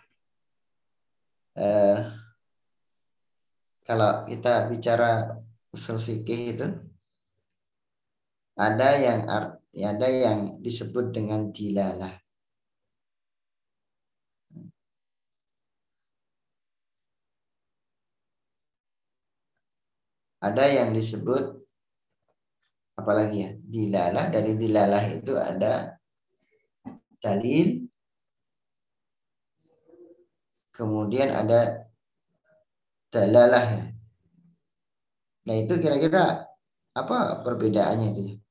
Kalau kita bicara usul fikih itu ada yang disebut dengan dilalah. Ada yang disebut apalagi ya dilalah. Dari dilalah itu ada dalil, kemudian ada dalalah ya. Nah itu kira-kira apa perbedaannya itu ya?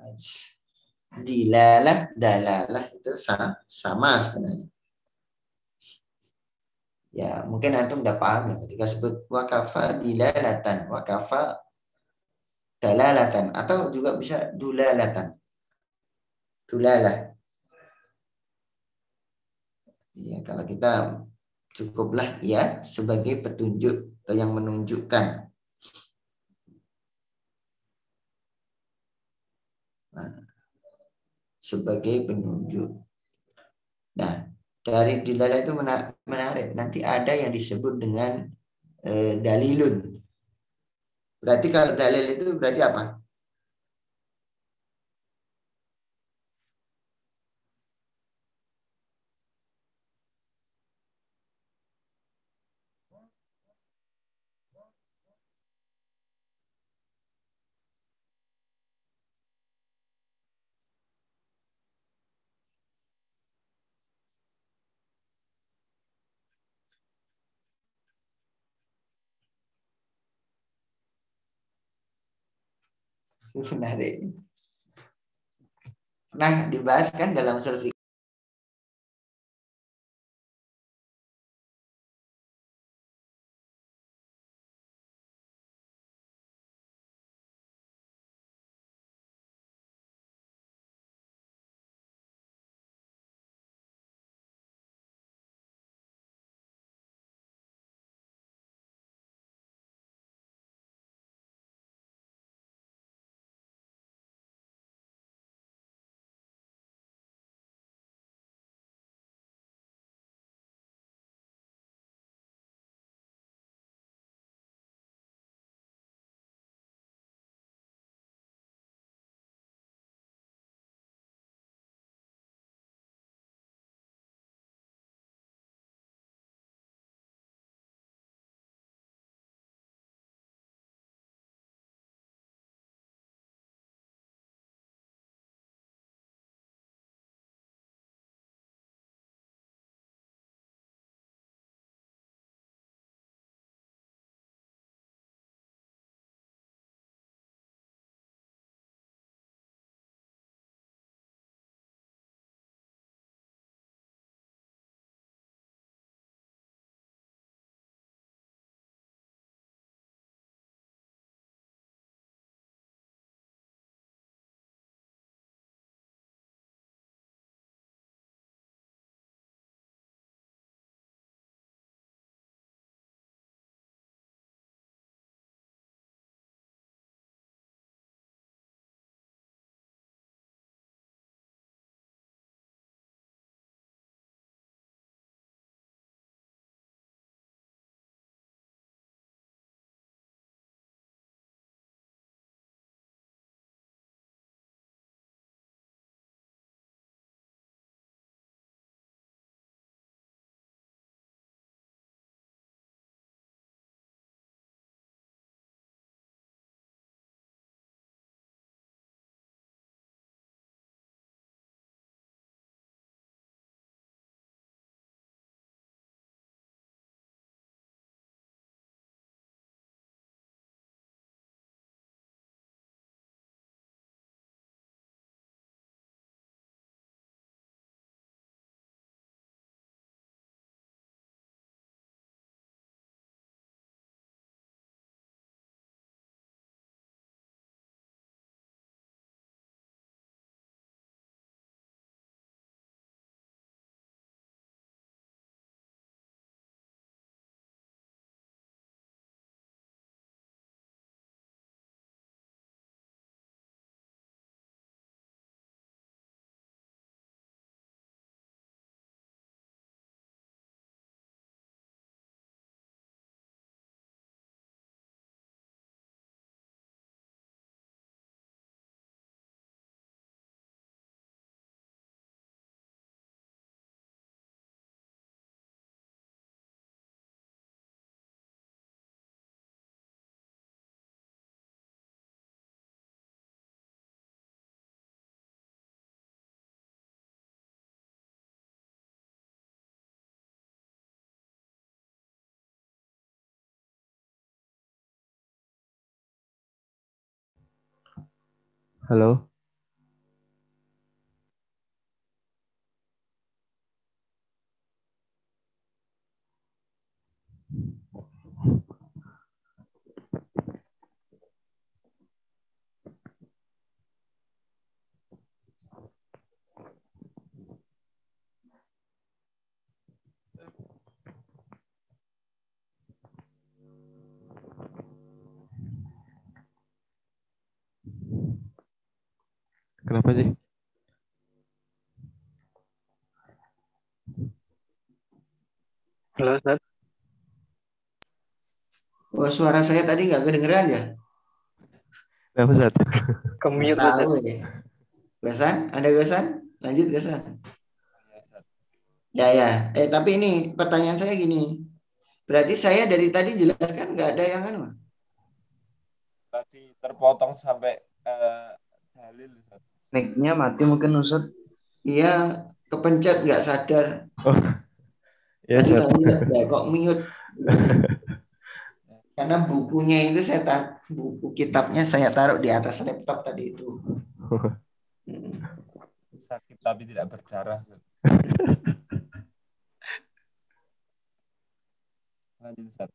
Dilalah, dalalah itu sama sebenarnya. Ya, mungkin antum udah paham ya ketika sebut wakafa dilalatan, wakafa dalalatan, atau juga bisa dulalatan. Dulalah. Ya, kalau kita cukuplah ya sebagai petunjuk atau yang menunjukkan. Nah, sebagai penunjuk. Nah, dari dilalah itu menarik. Nanti ada yang disebut dengan dalilun. Berarti kalau dalil itu berarti apa? Menarik. Nah, dibahas kan dalam usul fikih. Halo, Kenapa sih? Halo, Ustaz. Oh, suara saya tadi nggak kedengeran ya? Kenapa Ustaz? Nggak Kemute, tahu Ustaz. ya. Gasan? Ada gasan? Lanjut gasan. Ya, Ustaz. Ya. Tapi ini pertanyaan saya gini. Berarti saya dari tadi jelaskan nggak ada yang anu. Tadi terpotong sampai dalil, Ustaz. Mic-nya mati mungkin Ustaz. Iya, kepencet nggak sadar. Oh, ya Tadi Ustaz. tak lihat, ya, kok mute. Karena bukunya itu buku kitabnya saya taruh di atas laptop tadi itu. Hmm. Sakit tapi tidak berdarah. Lanjut, Ustaz.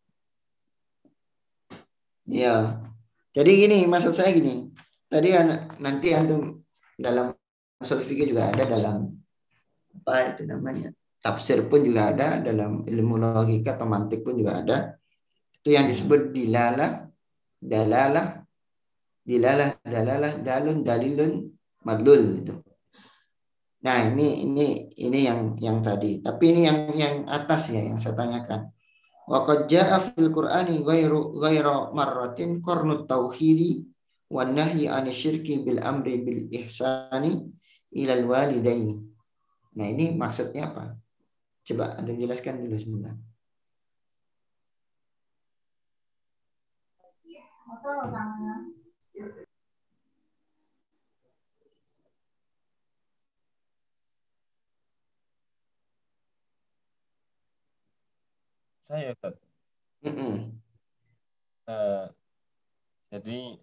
Ya, jadi gini, maksud saya gini. Tadi nanti antum dalam usul fikih juga ada, dalam apa itu namanya, tafsir pun juga ada, dalam ilmu logika atau mantik pun juga ada. Itu yang disebut dilalah, dalalah, dalalah, dalun, dalilun, madlul itu. Nah, ini yang tadi. Tapi ini yang atas ya yang saya tanyakan. Wa qad jaa'a fil Qur'ani ghairu marratin qarnut tauhidi wan nahyi 'anil syirki bil amri bil ihsani ilal walidaini. Nah, ini maksudnya apa? Coba Anda jelaskan dulu sebentar. Saya, Ustaz. Mm-mm. Jadi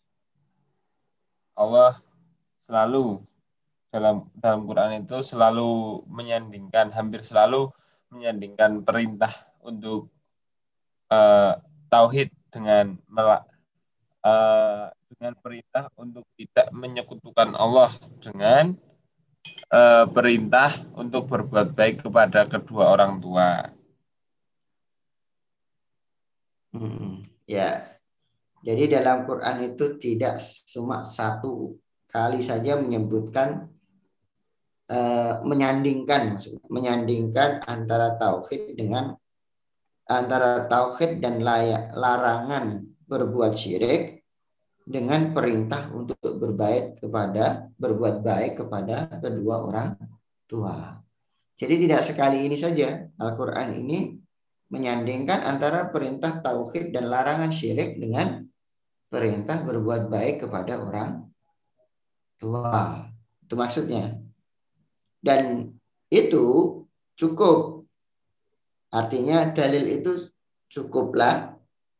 Allah selalu dalam Quran itu selalu hampir selalu menyandingkan perintah untuk tauhid dengan perintah untuk tidak menyekutukan Allah dengan perintah untuk berbuat baik kepada kedua orang tua. Ya, jadi dalam Quran itu tidak cuma satu kali saja menyebutkan menyandingkan antara tauhid dan larangan berbuat syirik dengan perintah untuk berbuat baik kepada kedua orang tua. Jadi tidak sekali ini saja Al-Quran ini menyandingkan antara perintah tauhid dan larangan syirik dengan perintah berbuat baik kepada orang tua. Itu maksudnya. Dan itu cukup. Artinya dalil itu cukuplah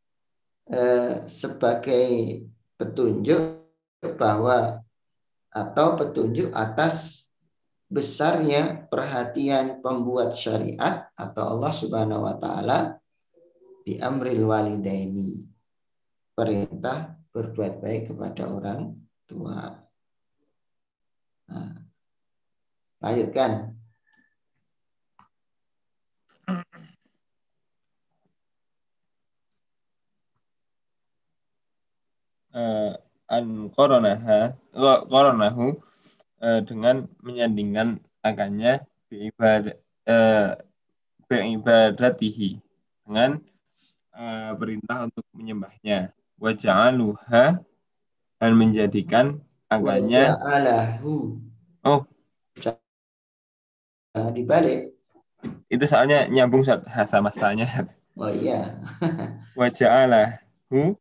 sebagai petunjuk bahwa atau petunjuk atas besarnya perhatian pembuat syariat atau Allah Subhanahu wa taala bi amril walidaini, perintah berbuat baik kepada orang tua. Nah, lanjutkan. Qoronahu dengan menyandingkan akannya beibadatihi dengan perintah untuk menyembahnya. Wa ja'aluha, dan menjadikan akannya. Waja'alahu. Oh, Jangan dibalik. itu soalnya nyambung sama masanya. Oh iya. Wa ja'alahu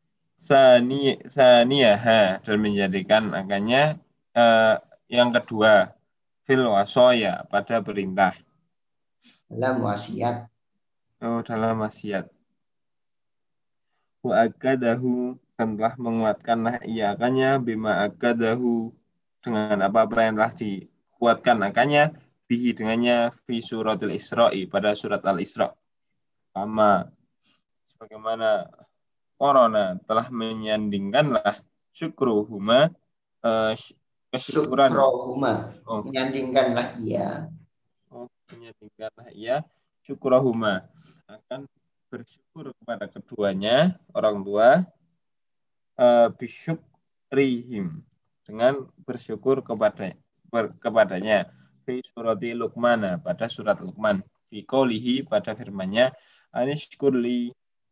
saniyaha, dan menjadikan akannya yang kedua fil wasoya, pada perintah. Dalam wasiat. Dalam wasiat. Wa akadahu, dan telah menguatkanlah ia akannya bima akadahu, dengan apa-apa yang telah dikuatkan akannya bihi, dengannya fi suratul Isra'i, pada surat Al-Isra. Sama sebagaimana Korona telah menyandingkanlah syukruhuma, kesyukuran. Syukrohuma. Menyandingkanlah ia. Menyandingkanlah ia syukrohuma, akan bersyukur kepada keduanya orang tua, bisyukrihim, dengan bersyukur kepadanya. Fi surati Luqman, pada surat Luqman. Fi qoulihi, pada firman-Nya, anishkurli,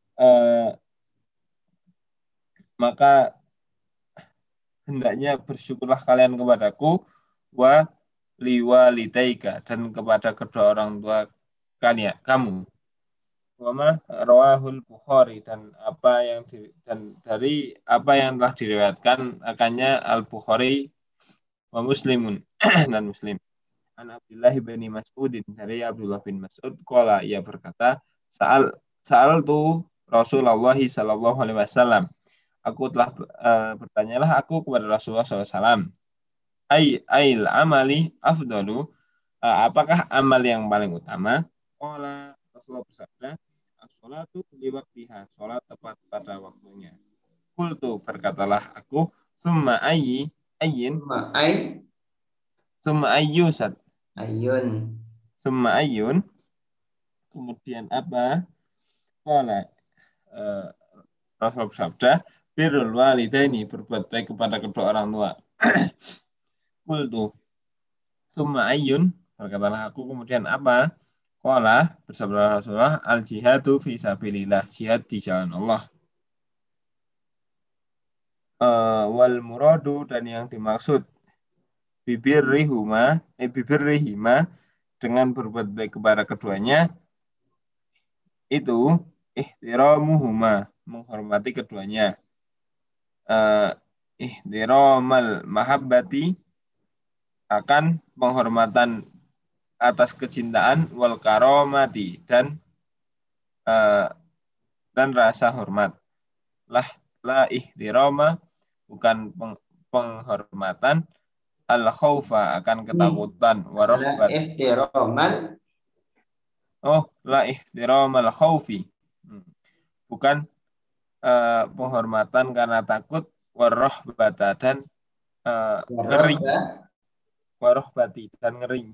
maka hendaknya bersyukurlah kalian kepadaku, wa liwalitaika, dan kepada kedua orang tua kalian, kamu. Wama rawahul Bukhari, dan dari apa yang telah diriwayatkan akannya Al-Bukhari wa Muslimun dan Muslim. An Abdullah bin Mas'udin, dari Abdullah bin Mas'ud, qala, ia berkata, Sa'al tu Rasulullah sallallahu alaihi wasallam, aku telah bertanyalah aku kepada Rasulullah SAW, ail amali afdalu, apakah amal yang paling utama? Qala, Rasulullah bersabda, as-sholatu liwaqtiha, sholat tepat pada waktunya. Qultu, berkatalah aku, summa ayyin, summa ayyusat, summa ayyun, kemudian apa? Qala, Rasul bersabda, birrul walidaini, berbuat baik kepada kedua orang tua. Qultu, summa ayyun, berkatalah aku, kemudian apa? Qala, bersabda Rasulullah, al jihadu fi sabilillah, jihad di jalan Allah. Wal muradu, dan yang dimaksud bibirrihima, dengan berbuat baik kepada keduanya, itu ihtiramuhuma, menghormati keduanya. Ihtiramal mahabbati, akan penghormatan atas kecintaan, wal karomati, dan rasa hormat. La ihtirama, bukan penghormatan, al khaufa, akan ketakutan, warohbat. La ihtiramal khaufi, bukan penghormatan karena takut, warohbata, dan ngeri, warohbati, dan ngeri.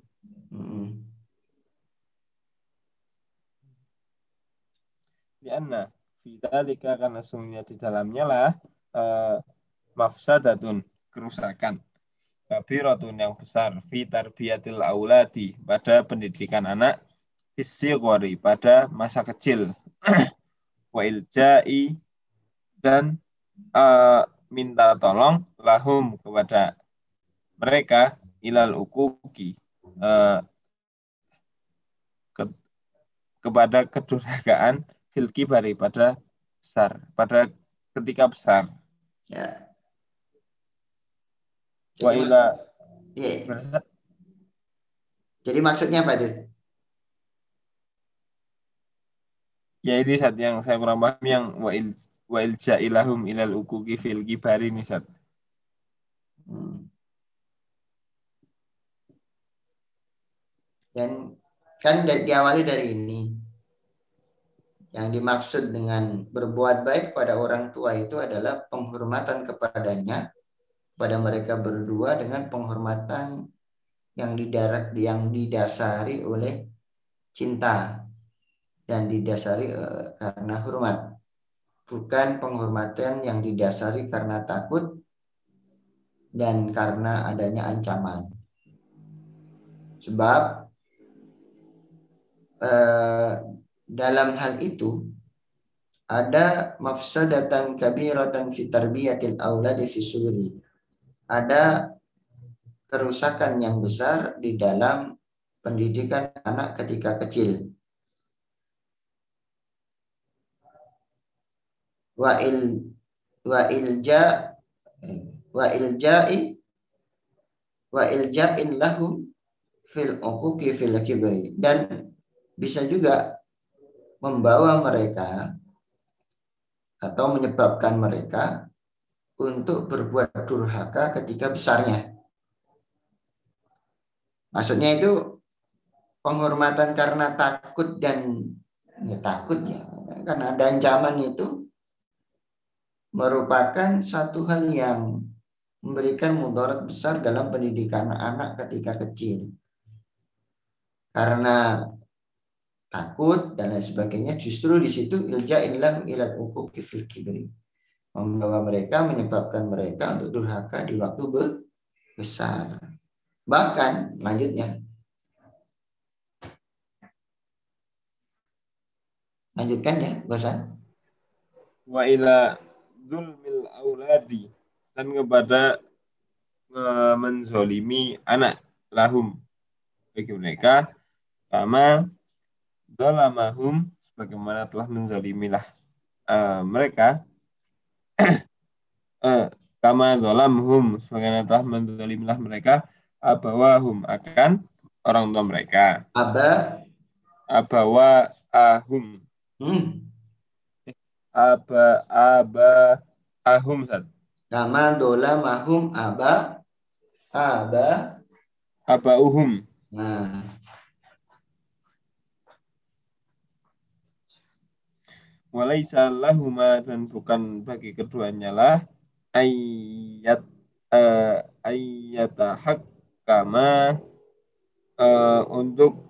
Lianna fidzalika, karena sungguhnya di dalamnya lah mafsadatun, kerusakan, kabiratun, yang besar, fi tarbiyatil auladi, pada pendidikan anak, fisiqori, pada masa kecil, wa iljai, dan minta tolong, lahum, kepada mereka, ilal ukuki, kepada kedurhakaan, fil kibari, pada besar, pada ketika besar. Ya. Wa ila, jadi maksudnya apa itu? Ya, ini saat yang saya kurang paham, yang wa iljailahum ilal ukuki fil kibari ini saat. Dan kan diawali dari ini. Yang dimaksud dengan berbuat baik pada orang tua itu adalah penghormatan kepadanya, pada mereka berdua, dengan penghormatan yang didasari oleh cinta dan didasari karena hormat, bukan penghormatan yang didasari karena takut dan karena adanya ancaman. Sebab dalam hal itu ada mafsadatan kabiratan fi tarbiyatil auladi fi sugri. Ada kerusakan yang besar di dalam pendidikan anak ketika kecil. Wa ilja'in lahum fil uquqi fil kibri, dan bisa juga membawa mereka atau menyebabkan mereka untuk berbuat durhaka ketika besarnya. Maksudnya itu penghormatan karena takut dan takut ya, karena ada ancaman, itu merupakan satu hal yang memberikan mudarat besar dalam pendidikan anak ketika kecil. Karena takut dan lain sebagainya, justru di situ ilja'illahu ilal uquqi fil kibri, Membawa mereka, menyebabkan mereka untuk durhaka di waktu besar. Bahkan lanjutnya, lanjutkan ya, bosan. Wa ila dzulmil auladi, dan kepada menzolimi anak, lahum, bagi mereka, kama dolamahum, sebagaimana telah menzolimilah mereka, kama dolamhum, sebagaimana telah menzolimilah mereka, abawahum, akan orang tua mereka, abawahum, ahum, Kama dolamahum abauhum. Nah, Walaisa lahuma, dan bukan bagi keduanya lah ayyatahak kama untuk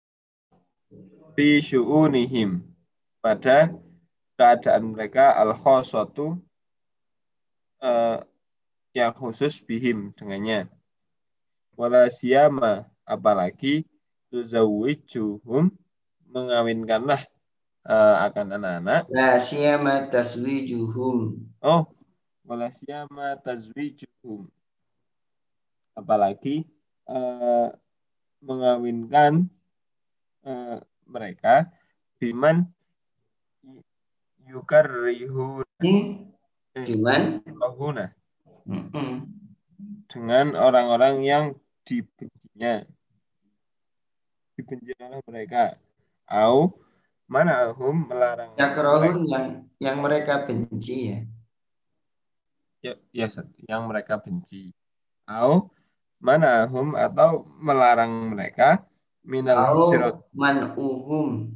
fi syu'unihim, pada keadaan mereka al-khossatu yang khusus bihim, dengannya. Wala siyama, apalagi tuzawwijuhum, mengawinkanlah akan anak-anak. la siyama taswijuhum. Wala siyama tazwijuhum, apalagi mengawinkan mereka biman yukarrihuna, dengan orang-orang yang dibencinya, dibenci oleh mereka. Au manahum, melarang Yakrahun yang mereka benci ya. Yang mereka benci. Au manahum, atau melarang mereka minal hijrat. Man'uhum.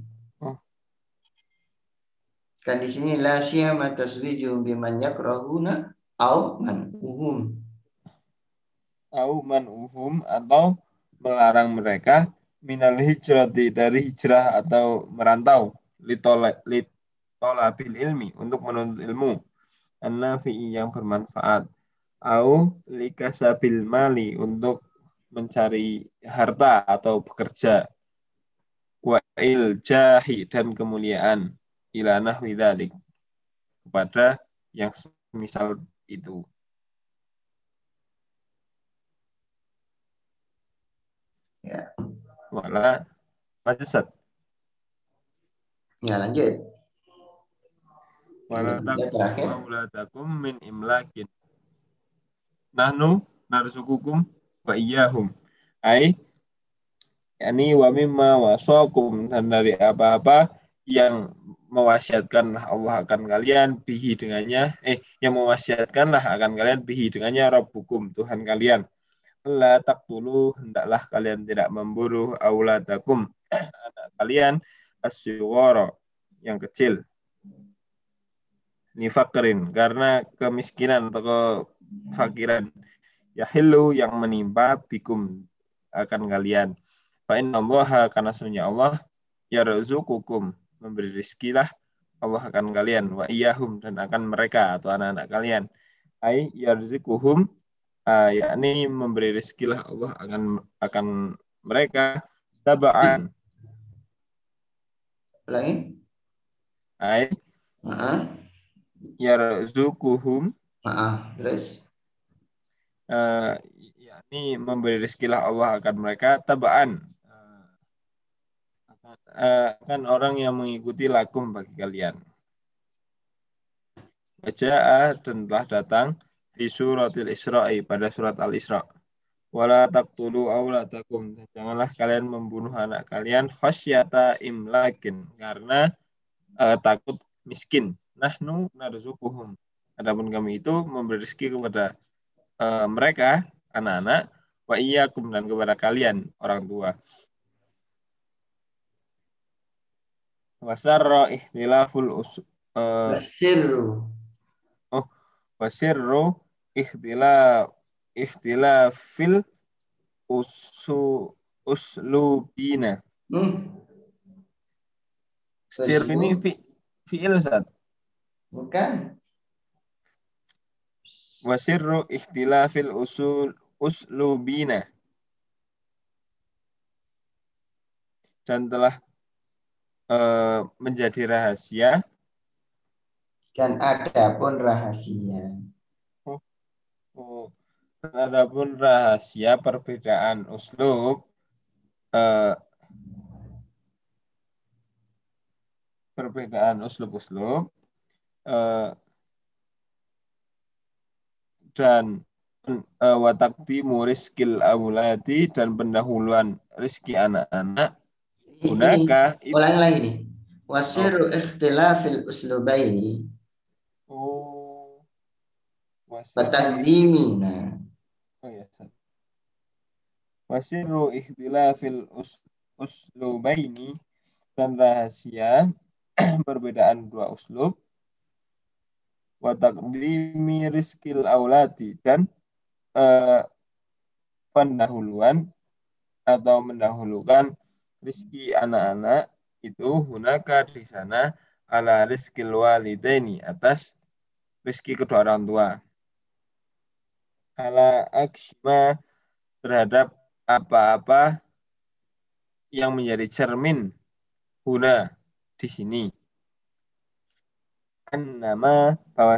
Kan di sini la siyama taswijum biman yakrahuna au man'uhum. Au man'uhum, atau melarang mereka minal hijrati, dari hijrah atau merantau, litolabil ilmi, untuk menuntut ilmu, an-nafi'i, yang bermanfaat, au likasabil mali, untuk mencari harta atau bekerja, wa iljahi, dan kemuliaan, ila nahwi dzalik, kepada yang semisal itu. Ya. Wala lanjut. Ya, lanjut. Wala Terakhir. takum min imlakin, nahnu narzukukum wa iyyahum, yakni wa mimma wasakum, dan dari apa-apa yang mewasiatkanlah Allah akan kalian bihi, dengannya, yang mewasiatkanlah akan kalian bihi, dengannya, Rabbukum, Tuhan kalian. La taqtulu, hendaklah kalian tidak memburu, auladakum, anak kalian, as-sighara, yang kecil, nifakrin, karena kemiskinan atau kefakiran, yahillu, yang menimpa, bikum, akan kalian. Fa inna Allaha, karena sesungguhnya Allah, yarzuqukum, memberi rezekilah Allah akan kalian, wa iyyahum, dan akan mereka atau anak-anak kalian, yarzuquhum, yakni memberi rezekilah Allah akan mereka, tabaan, Ulangi. yarzuquhum, Terus yakni memberi rezekilah Allah akan mereka, tabaan, akan orang yang mengikuti lakum, bagi kalian. Waja'a, dan telah datang di suratil Isra'i, pada surat Al-Isra. Wala taqtulu auladakum, janganlah kalian membunuh anak kalian, khasyata imlakin, karena takut miskin. Nahnu narzuquhum, adapun kami itu memberi rezeki kepada mereka, anak-anak, wa iyyakum, dan kepada kalian, orang tua. Wasarra ihtilaful wasirru ikhtilafil uslubina. Sir ini fi'il, Ustaz? Bukan. Wasirru ikhtilafil uslubina. Dan telah menjadi rahasia. Dan ada pun rahasia. Adapun rahasia perbedaan uslub, dan watakdimu rizkil awladi dan pendahuluan rizki anak-anak. Gunaka Ini ulangi lagi nih. Wasiru ikhtilafil uslubaini bataqdimina. Wasiru ikhtilafil uslubaini dan rahasia perbedaan dua uslub. Wa taqdimi rizkil auladi dan pendahuluan atau mendahulukan rizki anak-anak itu hunaka di sana ala rizkil walidaini atas rizki kedua orang tua. Ala aksma terhadap apa-apa yang menjadi cermin huna di sini. Annama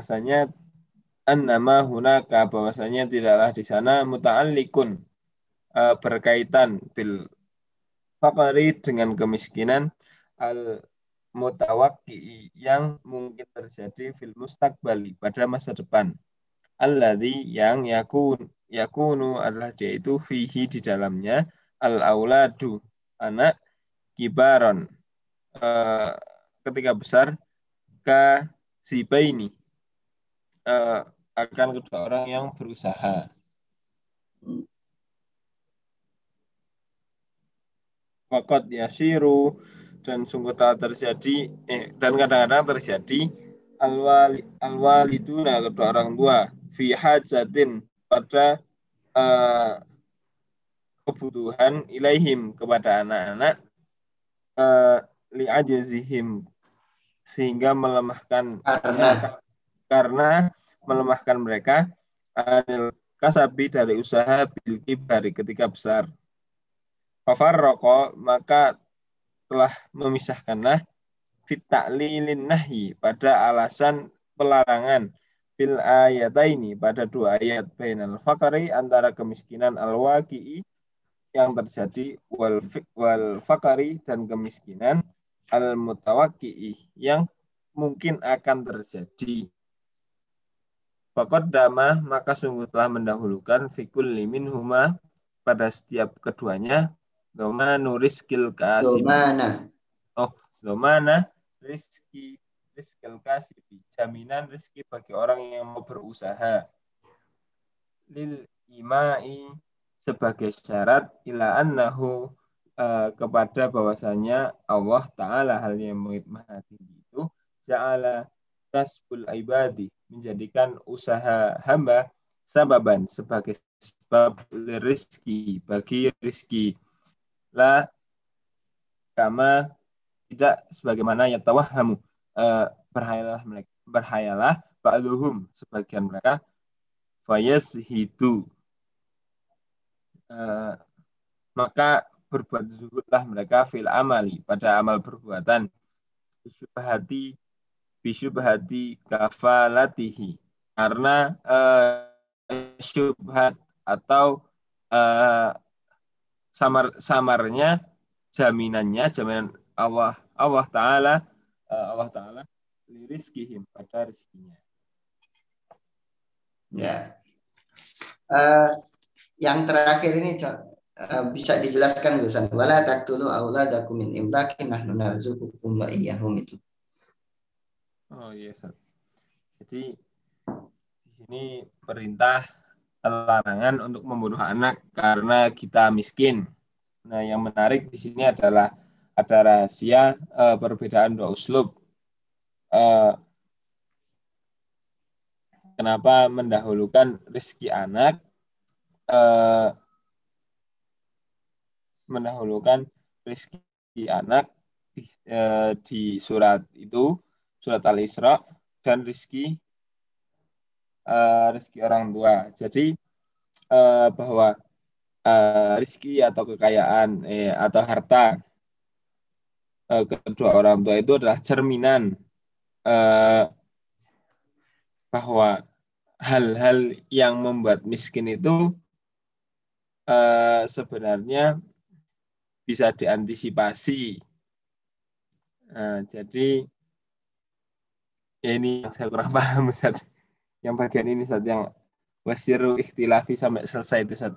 hunaka bahwasanya tidaklah di sana muta'alliqun berkaitan bil faqri dengan kemiskinan al mutawaqqi'i yang mungkin terjadi fil mustaqbali pada masa depan. Alladzi yang yakunu adalah dia itu fihi di dalamnya al auladu anak kibaron ketika besar kasibaini akan kedua orang yang berusaha. Waqad yasiru dan sungguh telah terjadi dan kadang-kadang terjadi alwaliduna kedua orang tua fi hajatin pada kebutuhan ilaihim kepada anak-anak li'ajazihim sehingga melemahkan karena melemahkan mereka kasabi dari usaha bil kibari ketika besar. Fafarraqo maka telah memisahkanlah fit ta'lilin nahyi pada alasan pelarangan fil ayataini pada dua ayat bainal faqri antara kemiskinan al-waqi'i yang terjadi wal faqri dan kemiskinan al-mutawaqqi'i yang mungkin akan terjadi. Faqaddama maka sungguh telah mendahulukan fikul limin huma pada setiap keduanya domanu rizkil kasibi. Domana rizkil kasibi. Jaminan rizki bagi orang yang mau berusaha. Lil imai sebagai syarat ila annahu kepada bahwasanya Allah Ta'ala hal yang maha tinggi itu ja'ala kasbul ibadi menjadikan usaha hamba sababan sebagai sebab rizki bagi rizki la kama tidak sebagaimana ya tawahhamu berhayalah ba'duhum sebagian mereka fayazhidu maka berbuat zuhudlah mereka fil amali pada amal perbuatan bisyubhati kafalatihi karena syubhat atau samarnya jaminan Allah Ta'ala lirizkihim pada rizkinya. Ya. Yang terakhir ini bisa dijelaskan Ustaz. Wala taqtulu auladakum min imlakin nahnu narzuqukum wa iyyahum itu. Oh iya, Ustaz. Jadi di sini perintah larangan untuk membunuh anak karena kita miskin. Nah, yang menarik di sini adalah ada rahasia perbedaan dua uslub. Kenapa mendahulukan rezeki anak? Mendahulukan rezeki anak di surat itu, surat Al-Isra, dan rezeki rezeki orang tua. Jadi bahwa rezeki atau kekayaan atau harta kedua orang tua itu adalah cerminan bahwa hal-hal yang membuat miskin itu sebenarnya bisa diantisipasi. Jadi ya ini yang saya kurang paham, Ustaz. Yang bagian ini, Ustaz, yang wasiru ikhtilafi sampai selesai itu, Ustaz.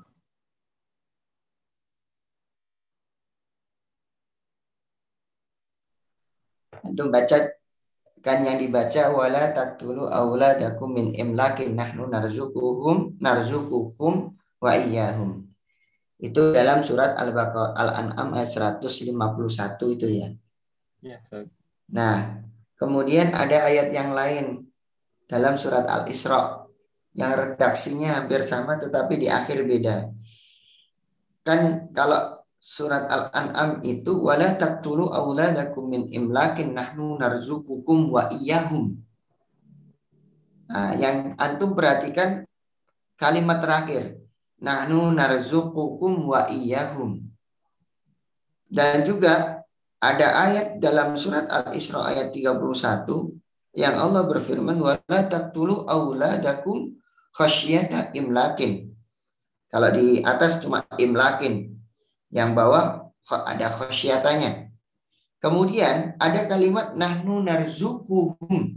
Antum baca kan yang dibaca wala taqtulu auladakum min imlakin nahnu narzuqukum wa iyyahum. Itu dalam surat Al-Baqarah Al-An'am ayat 151 itu ya. Ya, Ustaz. Nah, kemudian ada ayat yang lain dalam surat Al-Isra yang redaksinya hampir sama tetapi di akhir beda. Kan kalau surat Al-An'am itu wala taqtulu auladakum min imlakin nahnu narzuqukum wa iyyahum. Nah, yang antum perhatikan kalimat terakhir nahnu narzuqukum wa iyyahum. Dan juga ada ayat dalam surat Al-Isra ayat 31 yang Allah berfirman wala taqtulu auladakum khasyata imlakin. Kalau di atas cuma imlakin, yang bawah ada khasyatanya. Kemudian ada kalimat nahnu narzuquhum.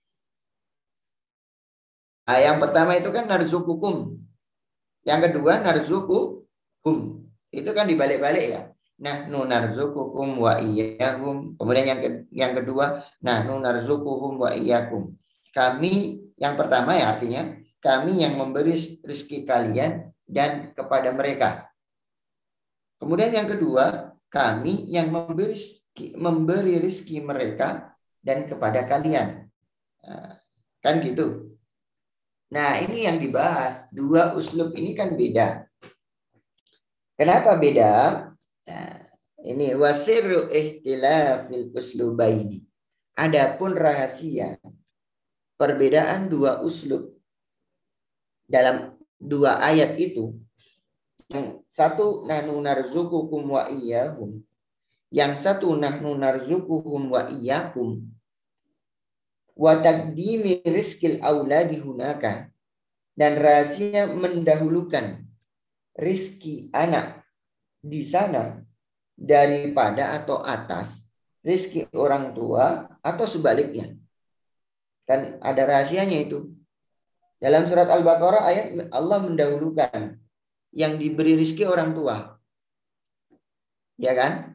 Nah, yang pertama itu kan narzuqukum. Yang kedua narzuquhum. Itu kan dibalik-balik ya. Nahnu narzuqukum wa iyyahum. Kemudian yang kedua nahnu narzuquhum wa iyyakum. Kami yang pertama ya artinya kami yang memberi rezeki kalian dan kepada mereka. Kemudian yang kedua, kami yang memberi rezeki mereka dan kepada kalian. Nah, kan gitu. Nah, ini yang dibahas. Dua uslub ini kan beda. Kenapa beda? Nah, ini wasirru ihtilafil uslubaini. Adapun rahasia perbedaan dua uslub dalam dua ayat itu, yang satu nahnu narzuqukum wa iyyahum, yang satu nahnu narzuquhum wa iyyakum, wa taqdimi rizqil auladi hunaka, dan rahasia mendahulukan rizki anak di sana daripada atau atas rizki orang tua atau sebaliknya. Kan ada rahasianya itu. Dalam surat Al-Baqarah ayat Allah mendahulukan yang diberi rizki orang tua. Ya kan?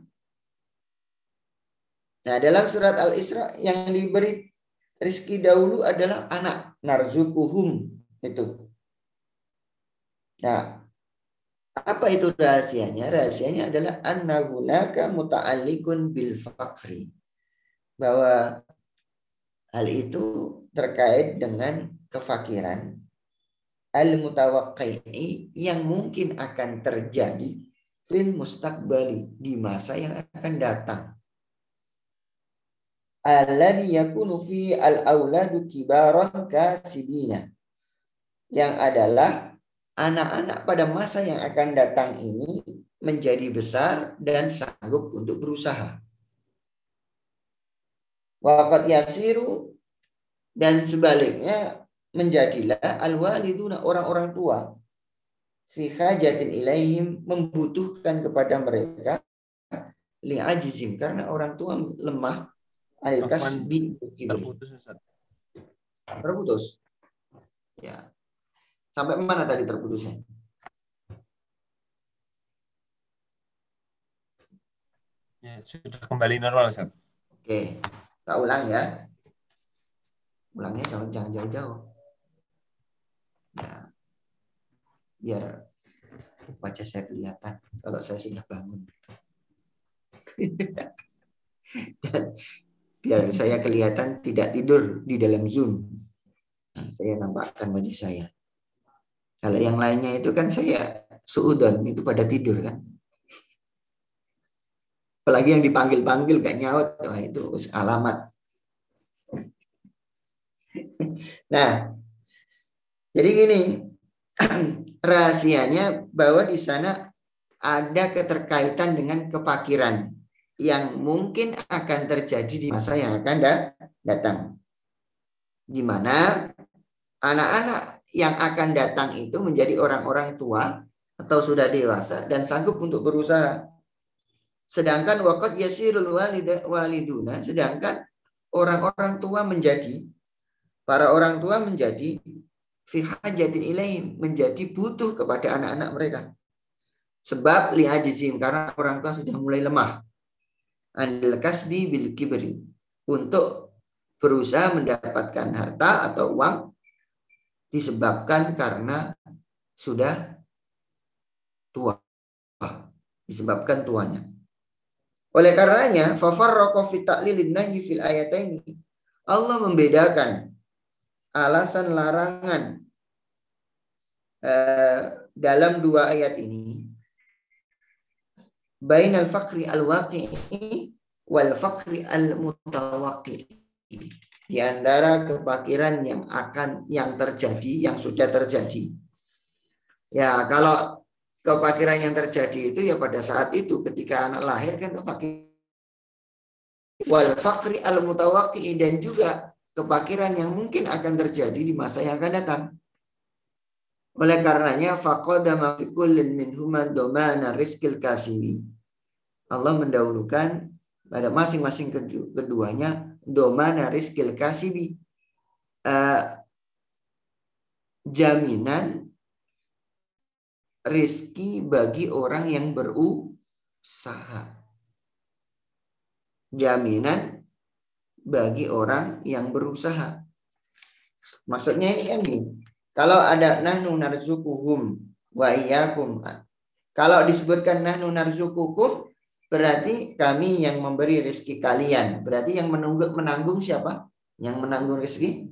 Nah, dalam surat Al-Isra yang diberi rizki dahulu adalah anak. Narzukuhum itu. Nah, apa itu rahasianya? Rahasianya adalah annahunaka muta'alliqun bil faqri. Bahwa hal itu terkait dengan kefakiran al-mutawaqqi'i yang mungkin akan terjadi fil mustaqbali di masa yang akan datang. Alladhi yakunu fi al-auladu kibaran kasibina, yang adalah anak-anak pada masa yang akan datang ini menjadi besar dan sanggup untuk berusaha. Waqad yasiru, dan sebaliknya menjadilah al-waliduna orang-orang tua fi hajatin ilaihim, membutuhkan kepada mereka li'ajizim, karena orang tua lemah anil kasbi. Terputus, Ustaz. Terputus. Ya. Sampai mana tadi terputusnya? Ya, sudah kembali normal, Ustaz. Oke, kita ulang ya. Ulangnya jangan jauh-jauh. Ya. Biar wajah saya kelihatan kalau saya sudah bangun. Biar saya kelihatan tidak tidur di dalam Zoom. Nah, saya nampakkan wajah saya. Kalau yang lainnya itu kan saya suudon, itu pada tidur kan. Apalagi yang dipanggil-panggil gak nyaut, wah itu alamat. Nah, Jadi gini, rahasianya bahwa di sana ada keterkaitan dengan kefakiran yang mungkin akan terjadi di masa yang akan datang. Di mana anak-anak yang akan datang itu menjadi orang-orang tua atau sudah dewasa dan sanggup untuk berusaha. Sedangkan waqad yasirul waliduna, sedangkan orang-orang tua para orang tua menjadi fi hajatin ilaihim, menjadi butuh kepada anak-anak mereka. Sebab li'ajizim, karena orang tua sudah mulai lemah. Anil kasbi bil kibri, untuk berusaha mendapatkan harta atau uang disebabkan karena sudah tua, disebabkan tuanya. Oleh karenanya, fafarraqa fi ta'lilin nahyi fil ayataini, Allah membedakan alasan larangan dalam dua ayat ini, bainal faqri al-waqi'i wal faqri al-mutawaqqi'i, di antara kefakiran yang terjadi, yang sudah terjadi. Ya, kalau kefakiran yang terjadi itu ya pada saat itu ketika anak lahir kan kefakiran. Wal faqri al-mutawaqqi'i, dan juga kefakiran yang mungkin akan terjadi di masa yang akan datang. Oleh karenanya faqadama fi kullin minhuma domana rizqil kasibi, Allah mendahulukan pada masing-masing keduanya domana rizqil kasibi, jaminan rizki bagi orang yang berusaha. Jaminan bagi orang yang berusaha. Maksudnya ini kan nih, kalau ada nahnu narzukuhum wa iyyakum, kalau disebutkan nahnu narzukukum berarti kami yang memberi rezeki kalian. Berarti yang menanggung siapa? Yang menanggung rezeki?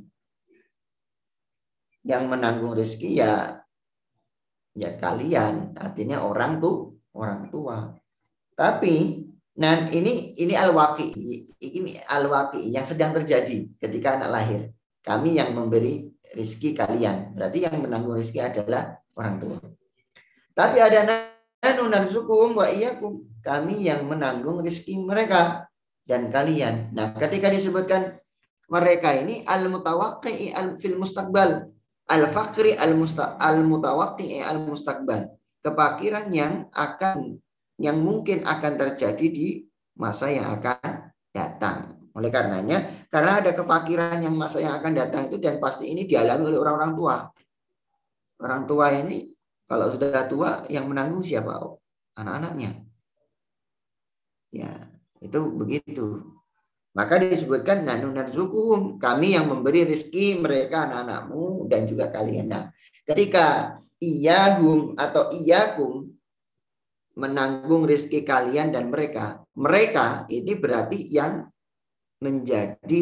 Yang menanggung rezeki ya kalian, artinya orang tua. Tapi ini al-waqi yang sedang terjadi ketika anak lahir. Kami yang memberi rezeki kalian. Berarti yang menanggung rezeki adalah orang tua. Tapi ada nahnu narzukuhum wa iyyakum, kami yang menanggung rezeki mereka dan kalian. Nah, ketika disebutkan mereka ini al-mutawaqqi'i fil mustaqbal, al-faqri al-mutawaqqi'i al-mustaqbal, kefakiran yang mungkin akan terjadi di masa yang akan datang. Oleh karenanya, karena ada kefakiran yang masa yang akan datang itu, dan pasti ini dialami oleh orang-orang tua. Orang tua ini kalau sudah tua yang menanggung siapa? Anak-anaknya. Ya, itu begitu. Maka disebutkan nahnu narzukuhum, kami yang memberi rezeki mereka, anak-anakmu dan juga kalian. Nah, ketika iyyahum atau iyyakum menanggung rezeki kalian dan mereka ini berarti yang menjadi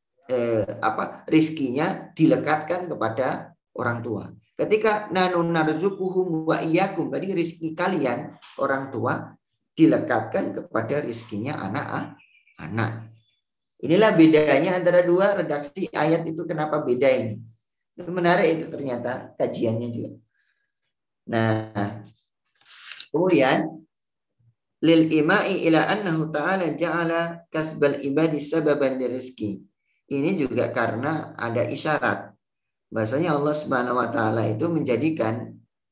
rizkinya dilekatkan kepada orang tua. Ketika nahnu narzukuhum wa iyyakum, berarti rezeki kalian orang tua dilekatkan kepada rizkinya anak-anak. Inilah bedanya antara dua redaksi ayat itu. Kenapa beda ini? Itu menarik itu ternyata kajiannya juga. Nah, kemudian lil ima'i ila annahu ta'ala ja'ala kasbal ibadi sababan lirizki. Ini juga karena ada isyarat bahasanya Allah Subhanahu wa taala itu menjadikan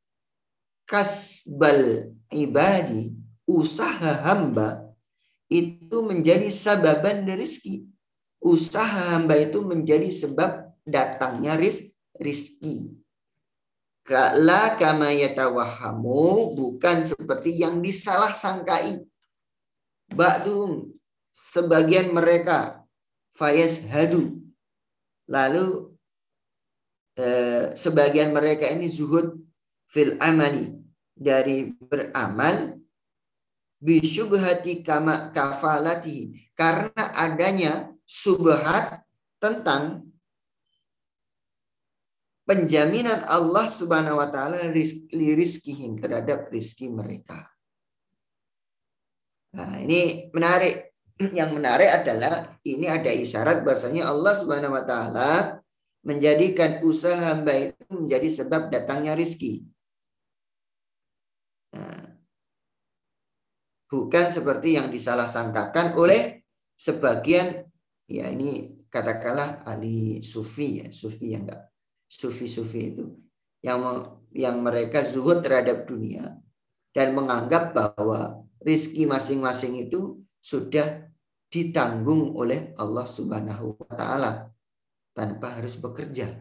kasbal ibadi, usaha hamba itu menjadi sababan rizki. Usaha hamba itu menjadi sebab datangnya rizki. La kama yatawahamu, bukan seperti yang disalah sangkai. Ba'dum, sebagian mereka, fayashhadu, lalu sebagian mereka ini zuhud fil amali, dari beramal, bisyubhati kama kafalati, karena adanya subhat tentang penjaminan Allah Subhanahu wa taala lirizkihim, terhadap rizki mereka. Nah, ini menarik. Yang menarik adalah ini ada isyarat bahasanya Allah Subhanahu wa taala menjadikan usaha hamba itu menjadi sebab datangnya rizki. Nah, bukan seperti yang disalah sangkakan oleh sebagian, ya ini katakanlah ahli sufi ya, sufi yang enggak sufi-sufi itu yang mereka zuhud terhadap dunia dan menganggap bahwa rizki masing-masing itu sudah ditanggung oleh Allah Subhanahu wa taala tanpa harus bekerja.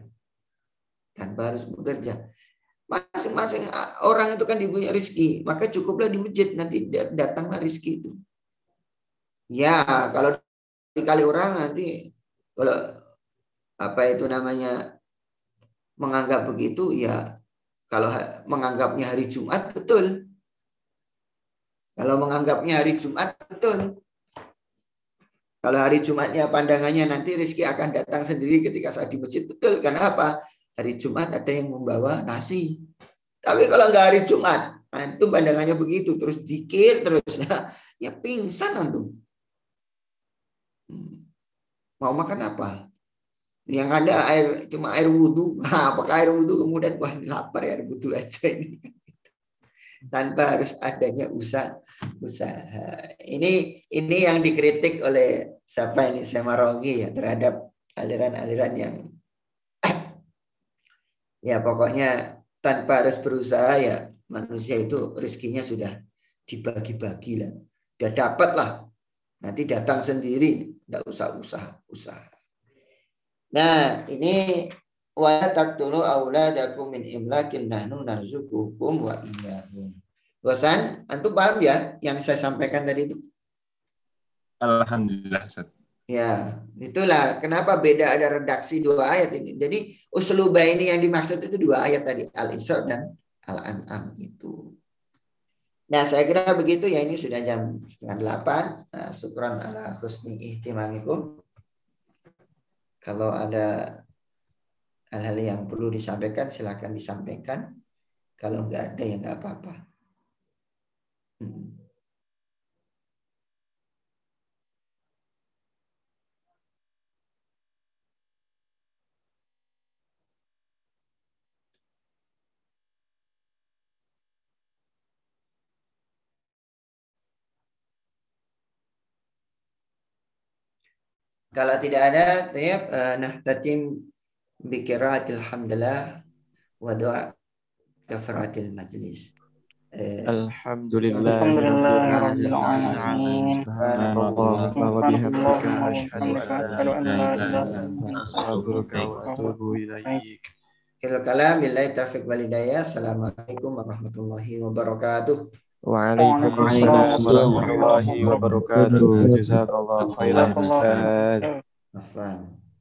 Masing-masing orang itu kan diberi rizki, maka cukuplah di masjid, nanti datanglah rizki itu. Ya, kalau dikali orang nanti kalau apa itu namanya menganggap begitu ya, kalau menganggapnya hari Jumat betul. Kalau menganggapnya hari Jumat betul. Kalau hari Jumatnya pandangannya nanti rizki akan datang sendiri ketika saat di masjid betul. Karena apa? Hari Jumat ada yang membawa nasi. Tapi kalau nggak hari Jumat, nah itu pandangannya begitu, terus dikir terus ya pingsan antum. Mau makan apa? Yang ada cuma air wudhu. Nah, apakah air wudhu kemudian wah lapar ya, air wudhu aja ini. Tanpa harus adanya usaha. Ini yang dikritik oleh siapa ini, Semarogi ya, terhadap aliran-aliran yang ya pokoknya tanpa harus berusaha ya manusia itu rezekinya sudah dibagi-bagi lah. Sudah dapat lah. Nanti datang sendiri, tidak usah usaha. Nah, ini wa taqtulu auladakum min imlakin nahnu narzuqukum wa iyyahum. Bosan, antum paham ya yang saya sampaikan tadi itu? Alhamdulillah, Ustaz. Ya, itulah kenapa beda ada redaksi dua ayat ini. Jadi uslubah ini yang dimaksud itu dua ayat tadi, Al-Isra dan Al-An'am itu. Nah, saya kira begitu ya, ini sudah jam 7:30. Nah, syukran ala husni ihtimamikum. Kalau ada hal-hal yang perlu disampaikan, silakan disampaikan. Kalau nggak ada ya nggak apa-apa. Kalau tidak ada, nah tatim bikiraatil hamdalah wa doa kafaratil majlis. Alhamdulillahirabbil alamin. Subhanallah wa bihamdika asyhadu an la ilaha illa anta astaghfiruka wa atubu ilaik. Akhirul kalam billahi taufiq wal hidayah. Assalamualaikum warahmatullahi wabarakatuh. Waalaikumsalam warahmatullahi wabarakatuh. Jazakallahu khairan Ustaz. Afwan.